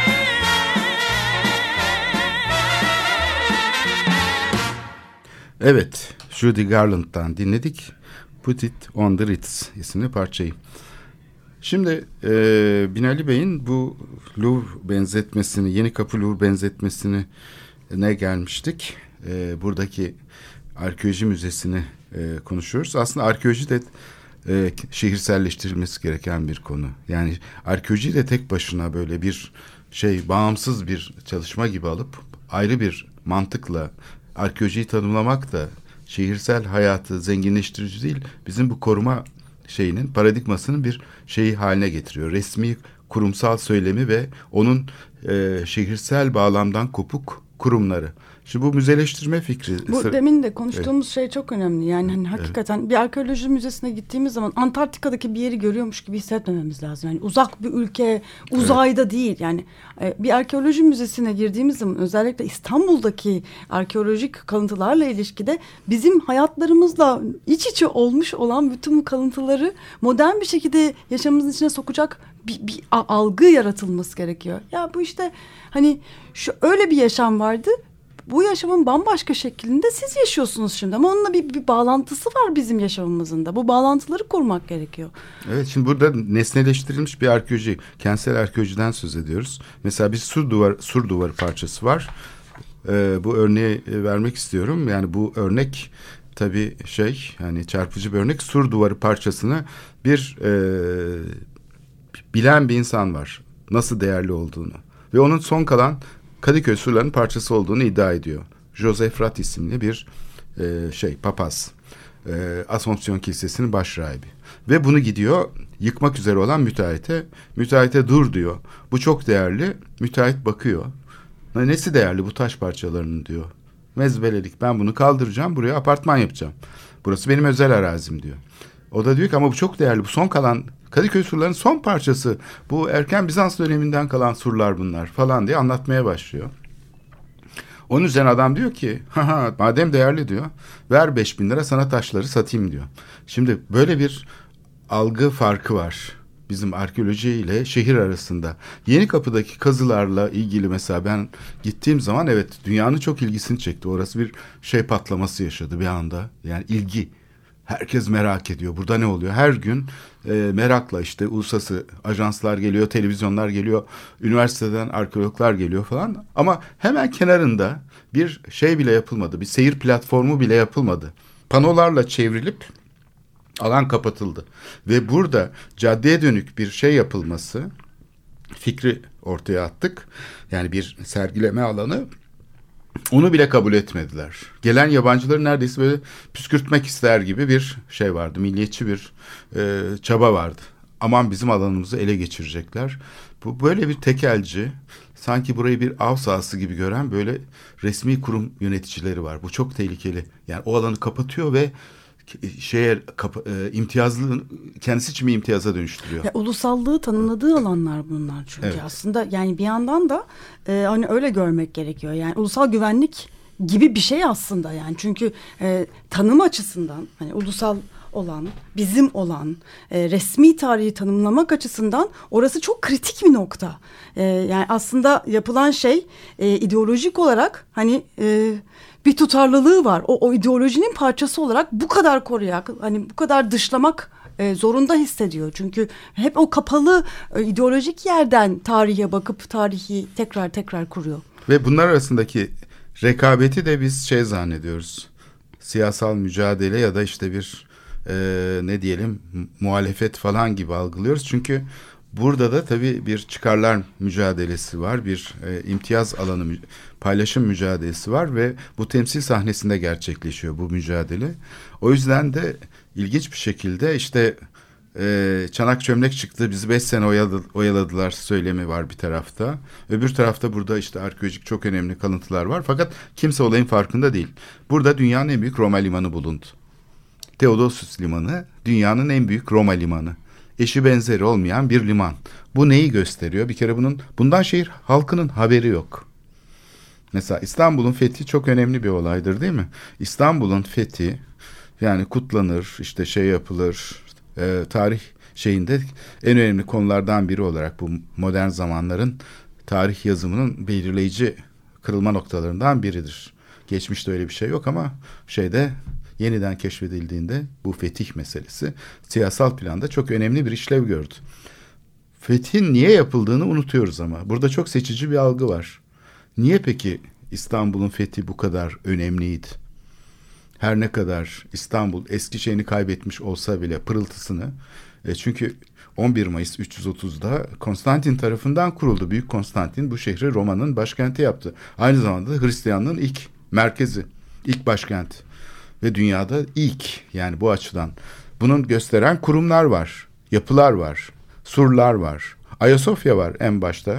S7: Ritz.
S6: Evet, Judy Garland'dan dinledik. Put It On The Ritz isimli parçayı. Şimdi e, Binali Bey'in bu Louvre benzetmesini, Yenikapı Louvre benzetmesini ne gelmiştik? E, buradaki arkeoloji müzesini e, konuşuyoruz. Aslında arkeoloji de e, şehirselleştirilmesi gereken bir konu. Yani arkeoloji de tek başına böyle bir şey, bağımsız bir çalışma gibi alıp ayrı bir mantıkla arkeolojiyi tanımlamak da şehirsel hayatı zenginleştirici değil, bizim bu koruma şeyinin, paradigmasının bir şeyi haline getiriyor. Resmi kurumsal söylemi ve onun e, şehirsel bağlamdan kopuk kurumları. Şimdi bu müzeleştirme fikri.
S5: Bu
S6: sır-
S5: demin de konuştuğumuz evet. şey çok önemli. Yani hani hakikaten evet. bir arkeoloji müzesine gittiğimiz zaman Antarktika'daki bir yeri görüyormuş gibi hissetmememiz lazım. Yani uzak bir ülke, uzayda evet. değil. Yani bir arkeoloji müzesine girdiğimiz zaman özellikle İstanbul'daki arkeolojik kalıntılarla ilişkide bizim hayatlarımızla iç içe olmuş olan bütün bu kalıntıları modern bir şekilde yaşamımızın içine sokacak bir, bir algı yaratılması gerekiyor. Ya bu işte hani şu öyle bir yaşam vardı. Bu yaşamın bambaşka şeklinde siz yaşıyorsunuz şimdi ama onunla bir, bir bağlantısı var bizim yaşamımızın da. Bu bağlantıları kurmak gerekiyor.
S6: Evet, şimdi burada nesneleştirilmiş bir arkeoloji, kentsel arkeolojiden söz ediyoruz. Mesela bir sur duvar, sur duvarı parçası var. Ee, bu örneği vermek istiyorum. Yani bu örnek tabii şey, yani çarpıcı bir örnek. Sur duvarı parçasını bir e, bilen bir insan var. Nasıl değerli olduğunu. Ve onun son kalan Kadıköy surlarının parçası olduğunu iddia ediyor. Joseph Rat isimli bir e, şey papaz. E, Asompsiyon Kilisesi'nin başrahibi. Ve bunu gidiyor yıkmak üzere olan müteahhite. Müteahhite dur diyor. Bu çok değerli. Müteahhit bakıyor. Nesi değerli bu taş parçalarının diyor. Mezbelelik, ben bunu kaldıracağım, buraya apartman yapacağım. Burası benim özel arazim diyor. O da diyor ki ama bu çok değerli. Bu son kalan Kadıköy surlarının son parçası. Bu erken Bizans döneminden kalan surlar bunlar falan diye anlatmaya başlıyor. Onun üzerine adam diyor ki haha madem değerli diyor, ver beş bin lira sana taşları satayım diyor. Şimdi böyle bir algı farkı var bizim arkeoloji ile şehir arasında. Yenikapı'daki kazılarla ilgili mesela ben gittiğim zaman evet dünyanın çok ilgisini çekti. Orası bir şey patlaması yaşadı bir anda. Yani ilgi. Herkes merak ediyor. Burada ne oluyor? Her gün e, merakla işte uluslararası ajanslar geliyor, televizyonlar geliyor, üniversiteden arkeologlar geliyor falan. Ama hemen kenarında bir şey bile yapılmadı. Bir seyir platformu bile yapılmadı. Panolarla çevrilip alan kapatıldı. Ve burada caddeye dönük bir şey yapılması fikri ortaya attık. Yani bir sergileme alanı. Onu bile kabul etmediler. Gelen yabancıları neredeyse böyle püskürtmek ister gibi bir şey vardı. Milliyetçi bir e, çaba vardı. Aman bizim alanımızı ele geçirecekler. Bu böyle bir tekelci, sanki burayı bir av sahası gibi gören böyle resmi kurum yöneticileri var. Bu çok tehlikeli. Yani o alanı kapatıyor ve şeye kapa, e, imtiyazlı kendisi için bir imtiyaza dönüştürüyor.
S5: Ya, ulusallığı tanımladığı alanlar bunlar çünkü evet. aslında yani bir yandan da e, hani öyle görmek gerekiyor. Yani ulusal güvenlik gibi bir şey aslında yani çünkü e, tanım açısından hani ulusal olan, bizim olan, e, resmi tarihi tanımlamak açısından orası çok kritik bir nokta. E, yani aslında yapılan şey e, ideolojik olarak hani e, bir tutarlılığı var. O, o ideolojinin parçası olarak bu kadar koruyak, hani bu kadar dışlamak e, zorunda hissediyor. Çünkü hep o kapalı e, ideolojik yerden tarihe bakıp tarihi tekrar tekrar kuruyor.
S6: Ve bunlar arasındaki rekabeti de biz şey zannediyoruz. Siyasal mücadele ya da işte bir e, ne diyelim muhalefet falan gibi algılıyoruz. Çünkü burada da tabii bir çıkarlar mücadelesi var, bir e, imtiyaz alanı, paylaşım mücadelesi var ve bu temsil sahnesinde gerçekleşiyor bu mücadele. O yüzden de ilginç bir şekilde işte e, çanak çömlek çıktı, bizi beş sene oyaladı, oyaladılar söylemi var bir tarafta. Öbür tarafta burada işte arkeolojik çok önemli kalıntılar var fakat kimse olayın farkında değil. Burada dünyanın en büyük Roma limanı bulundu. Theodosius Limanı dünyanın en büyük Roma limanı. Eşi benzeri olmayan bir liman. Bu neyi gösteriyor? Bir kere bunun bundan şehir halkının haberi yok. Mesela İstanbul'un fethi çok önemli bir olaydır değil mi? İstanbul'un fethi yani kutlanır, işte şey yapılır, e, tarih şeyinde en önemli konulardan biri olarak bu modern zamanların tarih yazımının belirleyici kırılma noktalarından biridir. Geçmişte öyle bir şey yok ama şeyde yeniden keşfedildiğinde bu fetih meselesi siyasal planda çok önemli bir işlev gördü. Fethin niye yapıldığını unutuyoruz ama. Burada çok seçici bir algı var. Niye peki İstanbul'un fethi bu kadar önemliydi? Her ne kadar İstanbul eski şeyini kaybetmiş olsa bile pırıltısını. E çünkü on bir Mayıs üç yüz otuzda Konstantin tarafından kuruldu. Büyük Konstantin bu şehri Roma'nın başkenti yaptı. Aynı zamanda Hristiyanlığın ilk merkezi, ilk başkenti. Ve dünyada ilk yani bu açıdan bunun gösteren kurumlar var, yapılar var, surlar var. Ayasofya var en başta.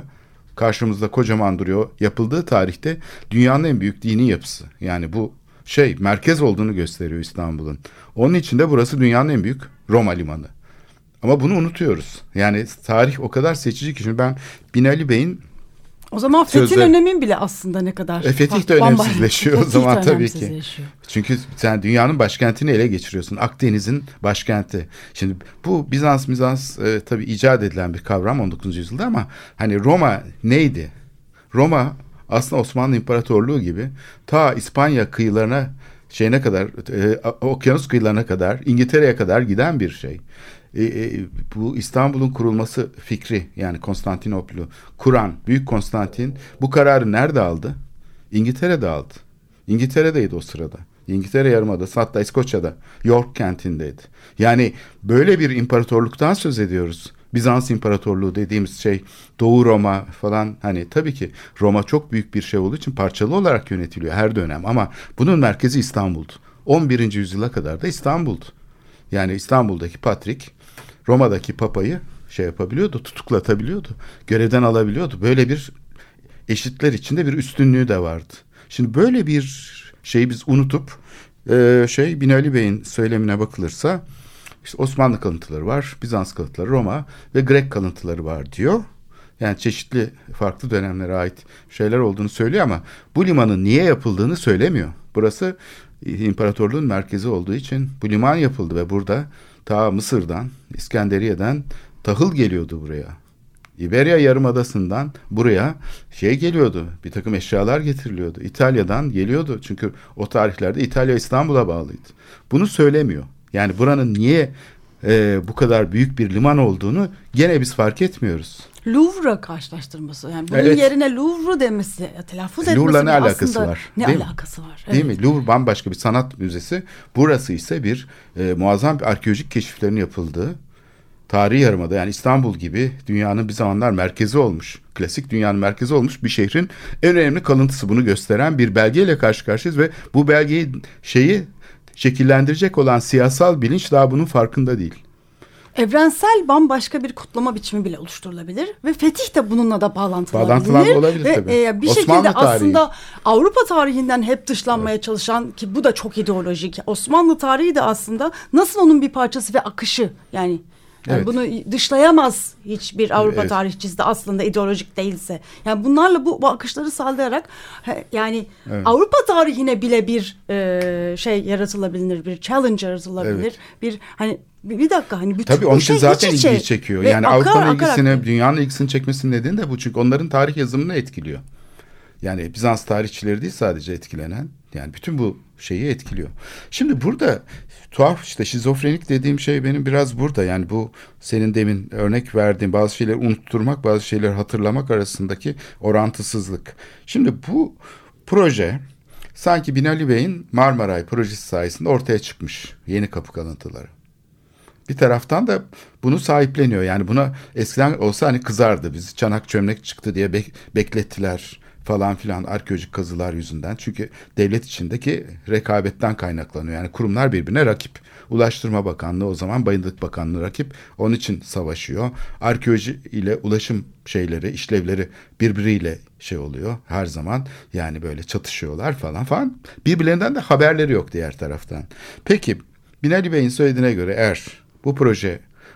S6: karşımızda kocaman duruyor. Yapıldığı tarihte dünyanın en büyük dini yapısı. Yani bu şey merkez olduğunu gösteriyor İstanbul'un. Onun için de burası dünyanın en büyük Roma limanı. Ama bunu unutuyoruz. Yani tarih o kadar seçici ki şimdi ben Binali Bey'in
S5: o zaman Fetih'in
S6: sözler...
S5: önemin bile aslında ne kadar...
S6: E, Fetih de önemsizleşiyor o zaman tabii ki. Çünkü sen dünyanın başkentini ele geçiriyorsun. Akdeniz'in başkenti. Şimdi bu Bizans Bizans e, tabii icat edilen bir kavram on dokuzuncu yüzyılda ama hani Roma neydi? Roma aslında Osmanlı İmparatorluğu gibi ta İspanya kıyılarına şeyine kadar e, okyanus kıyılarına kadar İngiltere'ye kadar giden bir şey. E, e, bu İstanbul'un kurulması fikri yani Konstantinopol'u kuran Büyük Konstantin bu kararı nerede aldı? İngiltere'de aldı. İngiltere'deydi o sırada. İngiltere Yarımadası hatta İskoçya'da York kentindeydi. Yani böyle bir imparatorluktan söz ediyoruz. Bizans İmparatorluğu dediğimiz şey Doğu Roma falan hani tabii ki Roma çok büyük bir şey olduğu için parçalı olarak yönetiliyor her dönem ama bunun merkezi İstanbul'du. on birinci yüzyıla kadar da İstanbul'du. Yani İstanbul'daki Patrik Roma'daki papayı şey yapabiliyordu, tutuklatabiliyordu, görevden alabiliyordu. Böyle bir eşitler içinde bir üstünlüğü de vardı. Şimdi böyle bir şeyi biz unutup e, şey Binali Bey'in söylemine bakılırsa işte Osmanlı kalıntıları var, Bizans kalıntıları, Roma ve Grek kalıntıları var diyor. Yani çeşitli farklı dönemlere ait şeyler olduğunu söylüyor ama bu limanın niye yapıldığını söylemiyor. Burası imparatorluğun merkezi olduğu için bu liman yapıldı ve burada ta Mısır'dan, İskenderiye'den tahıl geliyordu buraya. İberya Yarımadası'ndan buraya şey geliyordu, bir takım eşyalar getiriliyordu. İtalya'dan geliyordu çünkü o tarihlerde İtalya İstanbul'a bağlıydı. Bunu söylemiyor. Yani buranın niye e, bu kadar büyük bir liman olduğunu gene biz fark etmiyoruz.
S5: Louvre karşılaştırması. Yani bunun
S6: evet.
S5: yerine Louvre demesi, telaffuz etmesi
S6: Louvre'la ne alakası var?
S5: Ne
S6: Değil
S5: alakası mi? var?
S6: Değil
S5: evet.
S6: mi? Louvre bambaşka bir sanat müzesi. Burası ise bir e, muazzam bir arkeolojik keşiflerin yapıldığı tarihi yarımada yani İstanbul gibi dünyanın bir zamanlar merkezi olmuş, klasik dünyanın merkezi olmuş bir şehrin en önemli kalıntısı bunu gösteren bir belgeyle karşı karşıyayız ve bu belgeyi şeyi şekillendirecek olan siyasal bilinç daha bunun farkında değil.
S5: Evrensel bambaşka bir kutlama biçimi bile oluşturulabilir ve fetih de bununla da bağlantılı
S6: Bağlantılı olabilir
S5: ve
S6: tabii.
S5: E, bir
S6: Osmanlı
S5: şekilde
S6: tarihi.
S5: aslında Avrupa tarihinden hep dışlanmaya evet. çalışan ki bu da çok ideolojik. Osmanlı tarihi de aslında nasıl onun bir parçası ve akışı yani. Yani evet. Bunu dışlayamaz hiçbir Avrupa evet. tarihçisi de aslında ideolojik değilse. Yani bunlarla bu, bu akışları sağlayarak yani evet. Avrupa tarihine bile bir e, şey yaratılabilir, bir challenge yaratılabilir. Evet. Bir hani bir, bir dakika hani bütün
S6: tabii onun için
S5: şey
S6: zaten ilgi
S5: şey.
S6: çekiyor.
S5: Ve
S6: yani
S5: akar,
S6: Avrupa'nın
S5: akar,
S6: ilgisini,
S5: akar.
S6: dünyanın ilgisini çekmesinin nedeni de bu. Çünkü onların tarih yazımını etkiliyor. Yani Bizans tarihçileri değil sadece etkilenen. Yani bütün bu şeyi etkiliyor. Şimdi burada tuhaf işte şizofrenik dediğim şey benim biraz burada. Yani bu senin demin örnek verdiğin bazı şeyleri unutturmak, bazı şeyleri hatırlamak arasındaki orantısızlık. Şimdi bu proje sanki Binali Bey'in Marmaray projesi sayesinde ortaya çıkmış. Yeni Kapı kalıntıları. Bir taraftan da bunu sahipleniyor. Yani buna eskiden olsa hani kızardı. Bizi çanak çömlek çıktı diye bek- beklettiler falan filan arkeolojik kazılar yüzünden. Çünkü devlet içindeki rekabetten kaynaklanıyor. Yani kurumlar birbirine rakip. Ulaştırma Bakanlığı o zaman Bayındırlık Bakanlığı rakip. Onun için savaşıyor. Arkeoloji ile ulaşım şeyleri, işlevleri birbiriyle şey oluyor her zaman. Yani böyle çatışıyorlar falan falan. Birbirlerinden de haberleri yok diğer taraftan. Peki Binali Bey'in söylediğine göre eğer bu proje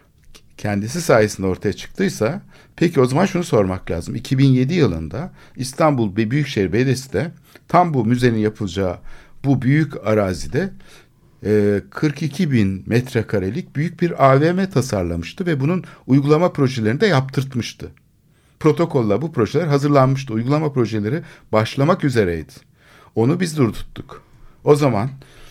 S6: kendisi sayesinde ortaya çıktıysa peki o zaman şunu sormak lazım. iki bin yedi yılında İstanbul Büyükşehir Belediyesi de tam bu müzenin yapılacağı bu büyük arazide e, kırk iki bin metrekarelik büyük bir A V M tasarlamıştı ve bunun uygulama projelerini de yaptırtmıştı. Protokolla bu projeler hazırlanmıştı. Uygulama projeleri başlamak üzereydi. Onu biz durdurttuk. O zaman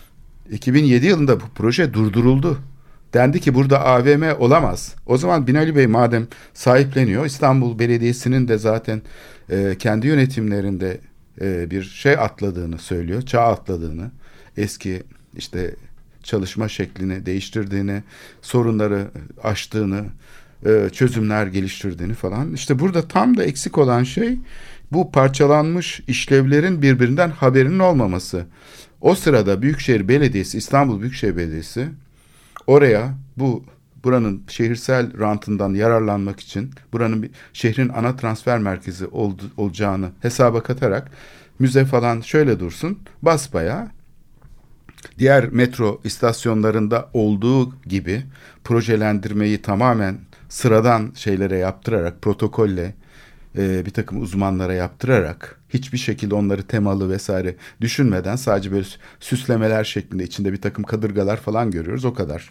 S6: iki bin yedi yılında bu proje durduruldu. Dendi ki burada A V M olamaz. O zaman Binali Bey madem sahipleniyor, İstanbul Belediyesi'nin de zaten e, kendi yönetimlerinde e, bir şey atladığını söylüyor, çağ atladığını, eski işte çalışma şeklini değiştirdiğini, sorunları aştığını, e, çözümler geliştirdiğini falan. İşte burada tam da eksik olan şey bu parçalanmış işlevlerin birbirinden haberinin olmaması. O sırada Büyükşehir Belediyesi, İstanbul Büyükşehir Belediyesi oraya bu buranın şehirsel rantından yararlanmak için buranın bir, şehrin ana transfer merkezi oldu, olacağını hesaba katarak müze falan şöyle dursun, basbayağı diğer metro istasyonlarında olduğu gibi projelendirmeyi tamamen sıradan şeylere yaptırarak, protokolle e, bir takım uzmanlara yaptırarak, hiçbir şekilde onları temalı vesaire düşünmeden sadece böyle süslemeler şeklinde içinde bir takım kadırgalar falan görüyoruz, o kadar.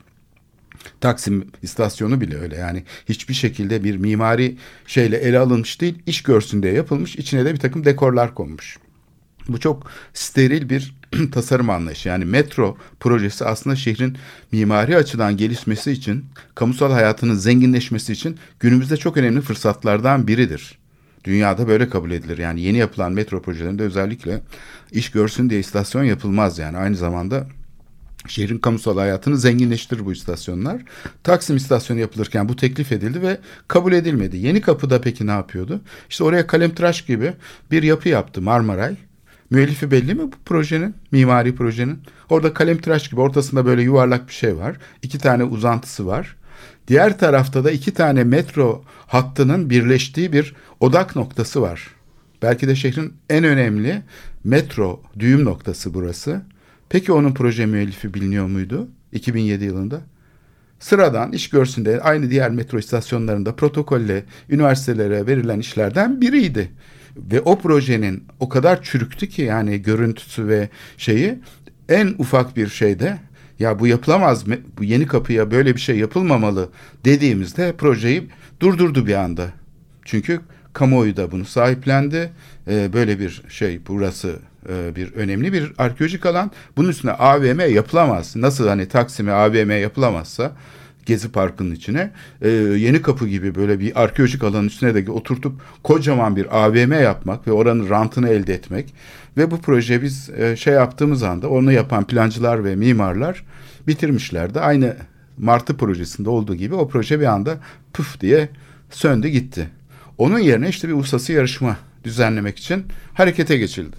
S6: Taksim istasyonu bile öyle, yani hiçbir şekilde bir mimari şeyle ele alınmış değil, iş görsün diye yapılmış, içine de bir takım dekorlar konmuş. Bu çok steril bir tasarım anlayışı. Yani metro projesi aslında şehrin mimari açıdan gelişmesi için, kamusal hayatının zenginleşmesi için günümüzde çok önemli fırsatlardan biridir. Dünyada böyle kabul edilir. Yani yeni yapılan metro projelerinde özellikle iş görsün diye istasyon yapılmaz. Yani aynı zamanda şehrin kamusal hayatını zenginleştirir bu istasyonlar. Taksim istasyonu yapılırken bu teklif edildi ve kabul edilmedi. Yenikapı'da peki ne yapıyordu? İşte oraya kalemtıraş gibi bir yapı yaptı Marmaray. Müellifi belli mi bu projenin? Mimari projenin. Orada kalemtıraş gibi ortasında böyle yuvarlak bir şey var. İki tane uzantısı var. Diğer tarafta da iki tane metro hattının birleştiği bir odak noktası var. Belki de şehrin en önemli metro düğüm noktası burası. Peki onun proje müellifi biliniyor muydu iki bin yedi yılında? Sıradan iş görsün diye aynı diğer metro istasyonlarında protokolle üniversitelere verilen işlerden biriydi. Ve o projenin o kadar çürüktü ki, yani görüntüsü ve şeyi, en ufak bir şeyde ya bu yapılamaz, bu Yenikapı'ya böyle bir şey yapılmamalı dediğimizde projeyi durdurdu bir anda. Çünkü kamuoyu da bunu sahiplendi. Ee, böyle bir şey, burası e, bir önemli bir arkeolojik alan. Bunun üstüne A V M yapılamaz. Nasıl hani Taksim'e A V M yapılamazsa Gezi Parkı'nın içine e, Yenikapı gibi böyle bir arkeolojik alanın üstüne de oturtup kocaman bir A V M yapmak ve oranın rantını elde etmek ve bu proje biz e, şey yaptığımız anda onu yapan plancılar ve mimarlar bitirmişlerdi. Aynı Martı projesinde olduğu gibi o proje bir anda püf diye söndü gitti. Onun yerine işte bir uluslararası yarışma düzenlemek için harekete geçildi.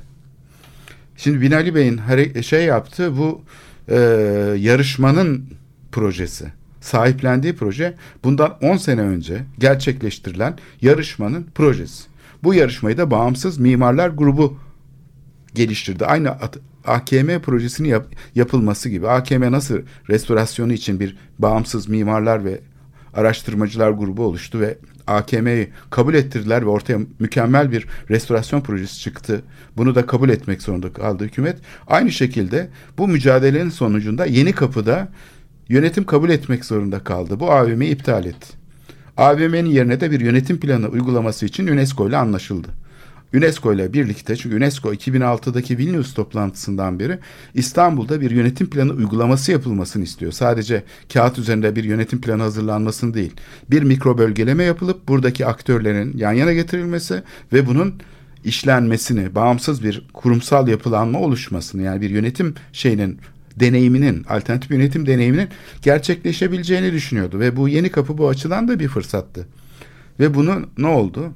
S6: Şimdi Binali Bey'in hare- şey yaptığı bu e, yarışmanın projesi, sahiplendiği proje bundan on sene önce gerçekleştirilen yarışmanın projesi. Bu yarışmayı da Bağımsız Mimarlar Grubu geliştirdi. Aynı A K M projesinin yap, yapılması gibi. A K M nasıl restorasyonu için bir bağımsız mimarlar ve araştırmacılar grubu oluştu ve A K M'yi kabul ettirdiler ve ortaya mükemmel bir restorasyon projesi çıktı. Bunu da kabul etmek zorunda kaldı hükümet. Aynı şekilde bu mücadelenin sonucunda Yenikapı'da yönetim kabul etmek zorunda kaldı. Bu A V M'yi iptal etti. A V M'nin yerine de bir yönetim planı uygulaması için UNESCO ile anlaşıldı. UNESCO ile birlikte, çünkü UNESCO iki bin altıdaki Vilnius toplantısından beri İstanbul'da bir yönetim planı uygulaması yapılmasını istiyor. Sadece kağıt üzerinde bir yönetim planı hazırlanmasını değil, bir mikro bölgeleme yapılıp buradaki aktörlerin yan yana getirilmesi ve bunun işlenmesini, bağımsız bir kurumsal yapılanma oluşmasını, yani bir yönetim şeyinin, deneyiminin, alternatif yönetim deneyiminin gerçekleşebileceğini düşünüyordu. Ve bu Yenikapı bu açıdan da bir fırsattı. Ve bunu ne oldu?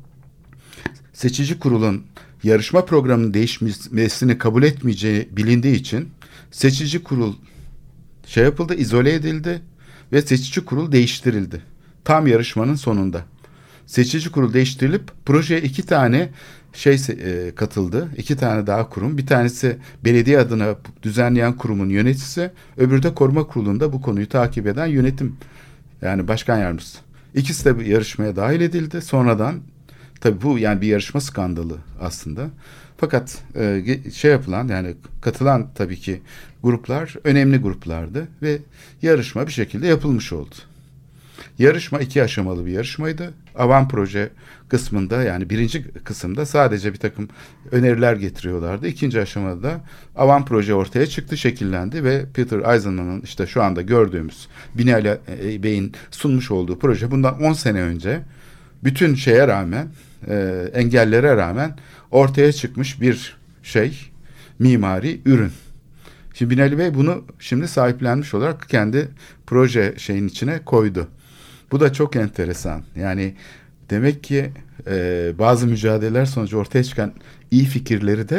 S6: Seçici kurulun yarışma programının değişmesini kabul etmeyeceği bilindiği için seçici kurul şey yapıldı, izole edildi ve seçici kurul değiştirildi. Tam yarışmanın sonunda. Seçici kurul değiştirilip projeye iki tane şey e, katıldı. İki tane daha kurum. Bir tanesi belediye adına düzenleyen kurumun yöneticisi, öbürü de koruma kurulunda bu konuyu takip eden yönetim, yani başkan yardımcısı. İkisi de yarışmaya dahil edildi. Sonradan tabii bu yani bir yarışma skandalı aslında. Fakat e, şey yapılan, yani katılan tabii ki gruplar önemli gruplardı ve yarışma bir şekilde yapılmış oldu. Yarışma iki aşamalı bir yarışmaydı. Avan proje kısmında, yani birinci kısımda sadece bir takım öneriler getiriyorlardı. İkinci aşamada avan proje ortaya çıktı, şekillendi ve Peter Eisenman'ın işte şu anda gördüğümüz Binali Bey'in sunmuş olduğu proje bundan on sene önce bütün şeye rağmen, e, engellere rağmen ortaya çıkmış bir şey, mimari ürün. Şimdi Binali Bey bunu şimdi sahiplenmiş olarak kendi proje şeyin içine koydu. Bu da çok enteresan. Yani demek ki e, bazı mücadeleler sonucu ortaya çıkan iyi fikirleri de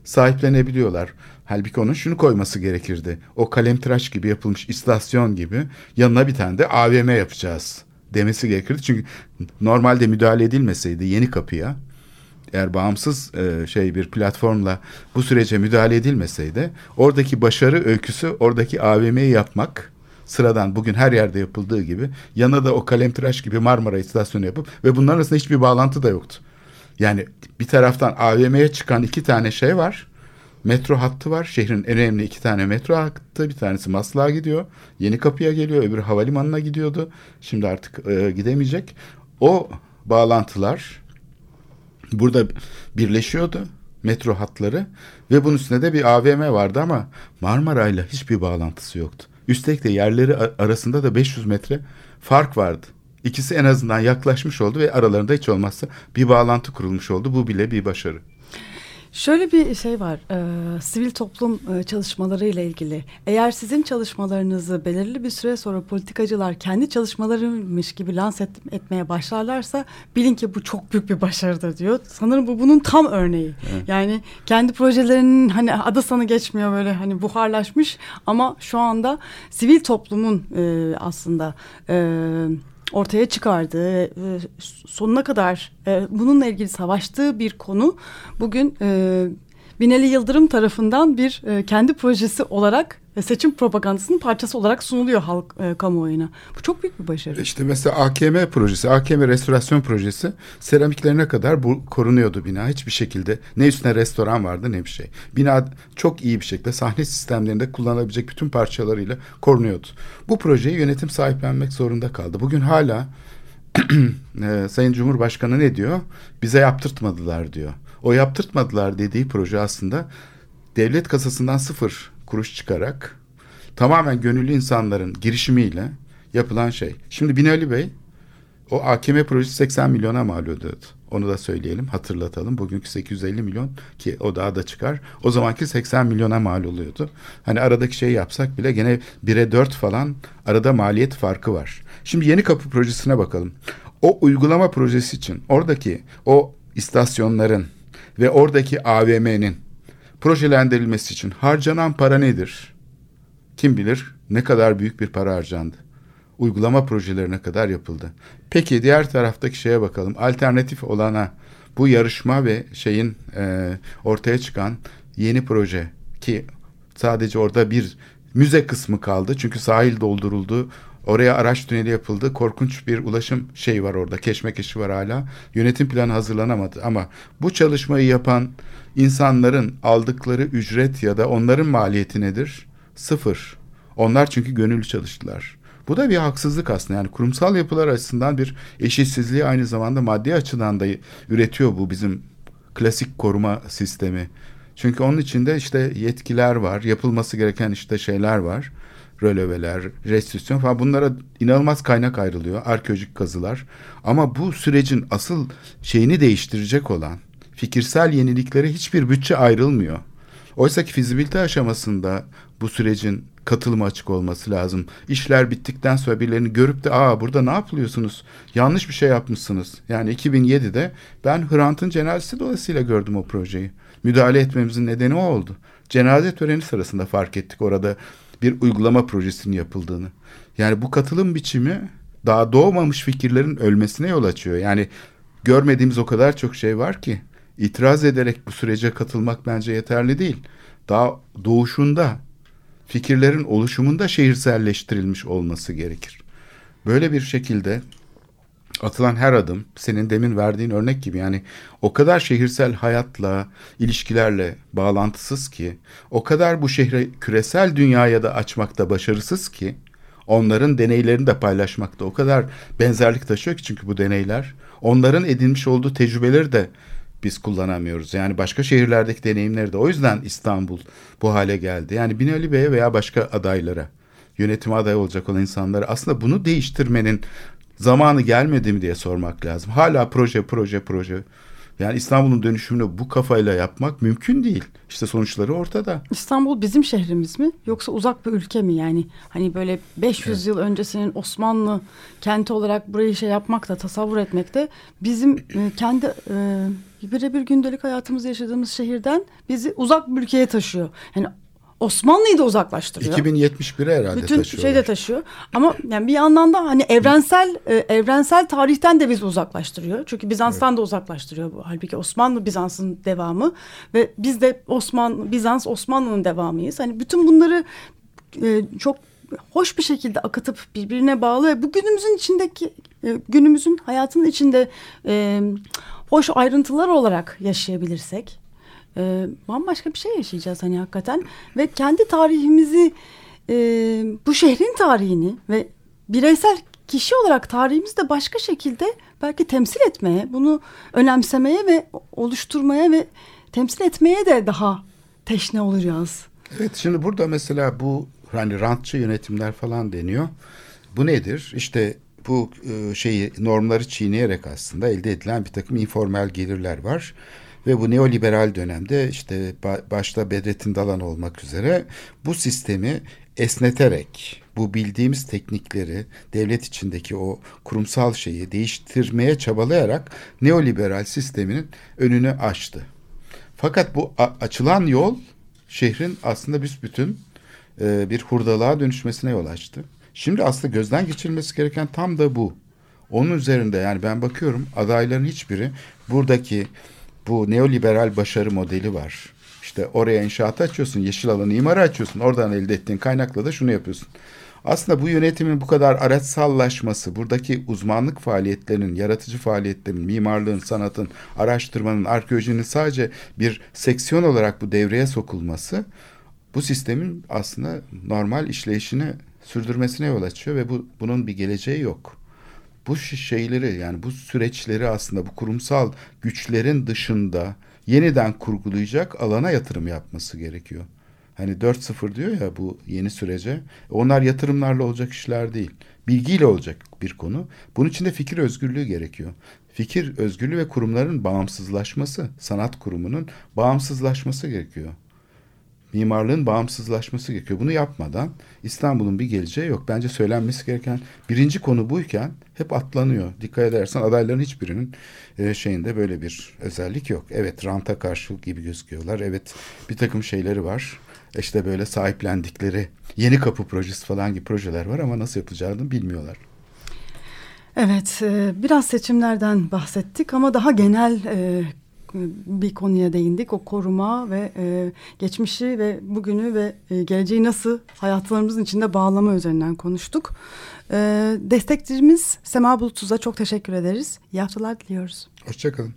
S6: sahiplenebiliyorlar. Halbuki onun şunu koyması gerekirdi. O kalemtıraş gibi yapılmış istasyon gibi yanına bir tane de A V M yapacağız demesi gerekirdi. Çünkü normalde müdahale edilmeseydi Yeni Kapı'ya, eğer bağımsız e, şey bir platformla bu sürece müdahale edilmeseydi, oradaki başarı öyküsü oradaki A V M'yi yapmak, sıradan bugün her yerde yapıldığı gibi yanına da o kalemtıraş gibi Marmara istasyonu yapıp ve bunların arasında hiçbir bağlantı da yoktu. Yani bir taraftan A V M'ye çıkan iki tane şey var. Metro hattı var. Şehrin en önemli iki tane metro hattı. Bir tanesi Maslak'a gidiyor. Yeni Kapı'ya geliyor. Öbürü havalimanına gidiyordu. Şimdi artık e, gidemeyecek. O bağlantılar burada birleşiyordu. Metro hatları. Ve bunun üstünde de bir A V M vardı ama Marmara'yla hiçbir bağlantısı yoktu. Üstelik de yerleri arasında da beş yüz metre fark vardı. İkisi en azından yaklaşmış oldu ve aralarında hiç olmazsa bir bağlantı kurulmuş oldu. Bu bile bir başarı.
S5: Şöyle bir şey var, e, sivil toplum e, çalışmaları ile ilgili. Eğer sizin çalışmalarınızı belirli bir süre sonra politikacılar kendi çalışmalarıymış gibi lanse et, etmeye başlarlarsa bilin ki bu çok büyük bir başarıdır diyor. Sanırım bu bunun tam örneği. Evet. Yani kendi projelerinin hani adı sanı geçmiyor, böyle hani buharlaşmış ama şu anda sivil toplumun e, aslında E, ortaya çıkardığı, sonuna kadar bununla ilgili savaştığı bir konu bugün Binali Yıldırım tarafından bir kendi projesi olarak seçim propagandasının parçası olarak sunuluyor halk e, kamuoyuna. Bu çok büyük bir başarı.
S6: İşte mesela A K M projesi, A K M restorasyon projesi, seramiklerine kadar bu korunuyordu bina. Hiçbir şekilde ne üstüne restoran vardı ne bir şey. Bina çok iyi bir şekilde sahne sistemlerinde kullanılabilecek bütün parçalarıyla korunuyordu. Bu projeyi yönetim sahiplenmek zorunda kaldı. Bugün hala e, Sayın Cumhurbaşkanı ne diyor? Bize yaptırtmadılar diyor. O yaptırtmadılar dediği proje aslında devlet kasasından sıfır kuruş çıkarak tamamen gönüllü insanların girişimiyle yapılan şey. Şimdi Binali Bey o A K M projesi seksen milyona mal ediyordu. Onu da söyleyelim, hatırlatalım. Bugünkü sekiz yüz elli milyon ki o daha da çıkar. O zamanki seksen milyona mal oluyordu. Hani aradaki şeyi yapsak bile gene bire dört falan arada maliyet farkı var. Şimdi Yeni Kapı projesine bakalım. O uygulama projesi için oradaki o istasyonların ve oradaki A V M'nin projelendirilmesi için harcanan para nedir? Kim bilir ne kadar büyük bir para harcandı. Uygulama projelerine kadar yapıldı. Peki diğer taraftaki şeye bakalım. Alternatif olana bu yarışma ve şeyin e, ortaya çıkan yeni proje ki sadece orada bir müze kısmı kaldı. Çünkü sahil dolduruldu. Oraya araç tüneli yapıldı. Korkunç bir ulaşım şeyi var orada. Keşmekeşi var hala. Yönetim planı hazırlanamadı. Ama bu çalışmayı yapan insanların aldıkları ücret ya da onların maliyeti nedir? Sıfır. Onlar çünkü gönüllü çalıştılar. Bu da bir haksızlık aslında. Yani kurumsal yapılar açısından bir eşitsizliği aynı zamanda maddi açıdan da üretiyor bu bizim klasik koruma sistemi. Çünkü onun içinde işte yetkiler var. Yapılması gereken işte şeyler var. Röleveler, restitüsyon falan, bunlara inanılmaz kaynak ayrılıyor. Arkeolojik kazılar. Ama bu sürecin asıl şeyini değiştirecek olan fikirsel yeniliklere hiçbir bütçe ayrılmıyor. Oysa ki fizibilite aşamasında bu sürecin katılıma açık olması lazım. İşler bittikten sonra birilerini görüp de aa burada ne yapıyorsunuz? Yanlış bir şey yapmışsınız. Yani iki bin yedide ben Hrant'ın cenazesi dolayısıyla gördüm o projeyi. Müdahale etmemizin nedeni o oldu. Cenaze töreni sırasında fark ettik orada bir uygulama projesinin yapıldığını. Yani bu katılım biçimi daha doğmamış fikirlerin ölmesine yol açıyor. Yani görmediğimiz o kadar çok şey var ki itiraz ederek bu sürece katılmak bence yeterli değil. Daha doğuşunda fikirlerin oluşumunda şehirselleştirilmiş olması gerekir. Böyle bir şekilde atılan her adım senin demin verdiğin örnek gibi yani o kadar şehirsel hayatla, ilişkilerle bağlantısız ki, o kadar bu şehri küresel dünyaya da açmakta başarısız ki, onların deneylerini de paylaşmakta o kadar benzerlik taşıyor ki çünkü bu deneyler, onların edinmiş olduğu tecrübeleri de biz kullanamıyoruz. Yani başka şehirlerdeki deneyimleri de. O yüzden İstanbul bu hale geldi. Yani Binali Bey'e veya başka adaylara, yönetime aday olacak olan insanlara aslında bunu değiştirmenin zamanı gelmedi mi diye sormak lazım. Hala proje proje proje. Yani İstanbul'un dönüşümünü bu kafayla yapmak mümkün değil. İşte sonuçları ortada.
S5: İstanbul bizim şehrimiz mi yoksa uzak bir ülke mi? Yani hani böyle beş yüz evet. yıl öncesinin Osmanlı kenti olarak burayı şey yapmakta, tasavvur etmekte bizim e, kendi e, birebir gündelik hayatımızda yaşadığımız şehirden bizi uzak bir ülkeye taşıyor. Yani Osmanlı'yı da uzaklaştırıyor.
S6: iki bin yetmiş bire herhalde
S5: bütün
S6: taşıyorlar.
S5: şey de taşıyor. Ama yani bir yandan da hani evrensel e, evrensel tarihten de bizi uzaklaştırıyor. Çünkü Bizans'tan evet. da uzaklaştırıyor bu. Halbuki Osmanlı Bizans'ın devamı ve biz de Osmanlı Bizans Osmanlı'nın devamıyız. Hani bütün bunları e, çok hoş bir şekilde akıtıp birbirine bağlı ve bu günümüzün içindeki e, günümüzün hayatının içinde e, hoş ayrıntılar olarak yaşayabilirsek Ee, bambaşka bir şey yaşayacağız hani hakikaten ve kendi tarihimizi e, bu şehrin tarihini ve bireysel kişi olarak tarihimizi de başka şekilde belki temsil etmeye, bunu önemsemeye ve oluşturmaya ve temsil etmeye de daha teşne olacağız.
S6: Evet, şimdi burada mesela bu hani rantçı yönetimler falan deniyor. Bu nedir? İşte bu e, şeyi normları çiğneyerek aslında elde edilen bir takım informal gelirler var. Ve bu neoliberal dönemde işte başta Bedrettin Dalan olmak üzere bu sistemi esneterek bu bildiğimiz teknikleri devlet içindeki o kurumsal şeyi değiştirmeye çabalayarak neoliberal sisteminin önünü açtı. Fakat bu açılan yol şehrin aslında büsbütün e, bir hurdalığa dönüşmesine yol açtı. Şimdi aslında gözden geçirilmesi gereken tam da bu. Onun üzerinde yani ben bakıyorum adayların hiçbiri buradaki bu neoliberal başarı modeli var. İşte oraya inşaatı açıyorsun, yeşil alanı imarı açıyorsun. Oradan elde ettiğin kaynakla da şunu yapıyorsun. Aslında bu yönetimin bu kadar araçsallaşması, buradaki uzmanlık faaliyetlerinin, yaratıcı faaliyetlerin, mimarlığın, sanatın, araştırmanın, arkeolojinin sadece bir seksiyon olarak bu devreye sokulması, bu sistemin aslında normal işleyişini sürdürmesine yol açıyor ve bu bunun bir geleceği yok. Bu şeyleri yani bu süreçleri aslında bu kurumsal güçlerin dışında yeniden kurgulayacak alana yatırım yapması gerekiyor. Hani dört sıfır diyor ya bu yeni sürece. Onlar yatırımlarla olacak işler değil. Bilgiyle olacak bir konu. Bunun için de fikir özgürlüğü gerekiyor. Fikir özgürlüğü ve kurumların bağımsızlaşması, sanat kurumunun bağımsızlaşması gerekiyor. Mimarlığın bağımsızlaşması gerekiyor. Bunu yapmadan İstanbul'un bir geleceği yok. Bence söylenmesi gereken birinci konu buyken hep atlanıyor. Dikkat edersen adayların hiçbirinin e, şeyinde böyle bir özellik yok. Evet, ranta karşı gibi gözüküyorlar. Evet, bir takım şeyleri var. İşte böyle sahiplendikleri Yeni Kapı projesi falan gibi projeler var ama nasıl yapacağını bilmiyorlar.
S5: Evet, biraz seçimlerden bahsettik ama daha genel bir konuya değindik. O koruma ve geçmişi ve bugünü ve geleceği nasıl hayatlarımızın içinde bağlama üzerinden konuştuk. Destekçimiz Sema Bulutsuz'a çok teşekkür ederiz. İyi haftalar diliyoruz.
S6: Hoşçakalın.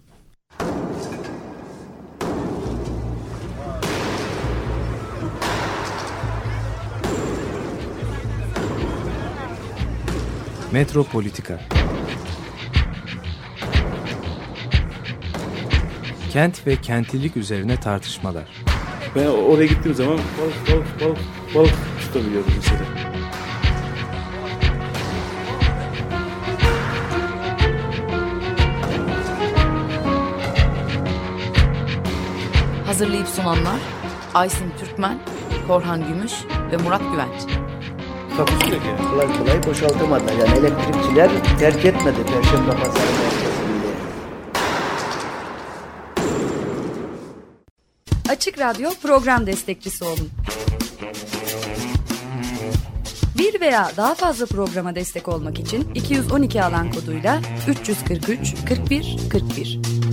S1: Metropolitika. Kent ve kentlilik üzerine tartışmalar.
S2: Ben oraya gittiğim zaman balık balık balık balık tutabiliyordum mesela.
S3: Hazırlayıp sunanlar Aysin Türkmen, Korhan Gümüş ve Murat Güvenç.
S2: Takusu yok yani.
S4: Kolay kolay boşaltamadı. Yani elektrikçiler terk etmedi Perşembe Pazarı merkezinde.
S8: Açık Radyo program destekçisi olun. Bir veya daha fazla programa destek olmak için iki yüz on iki alan koduyla üç yüz kırk üç kırk bir kırk bir.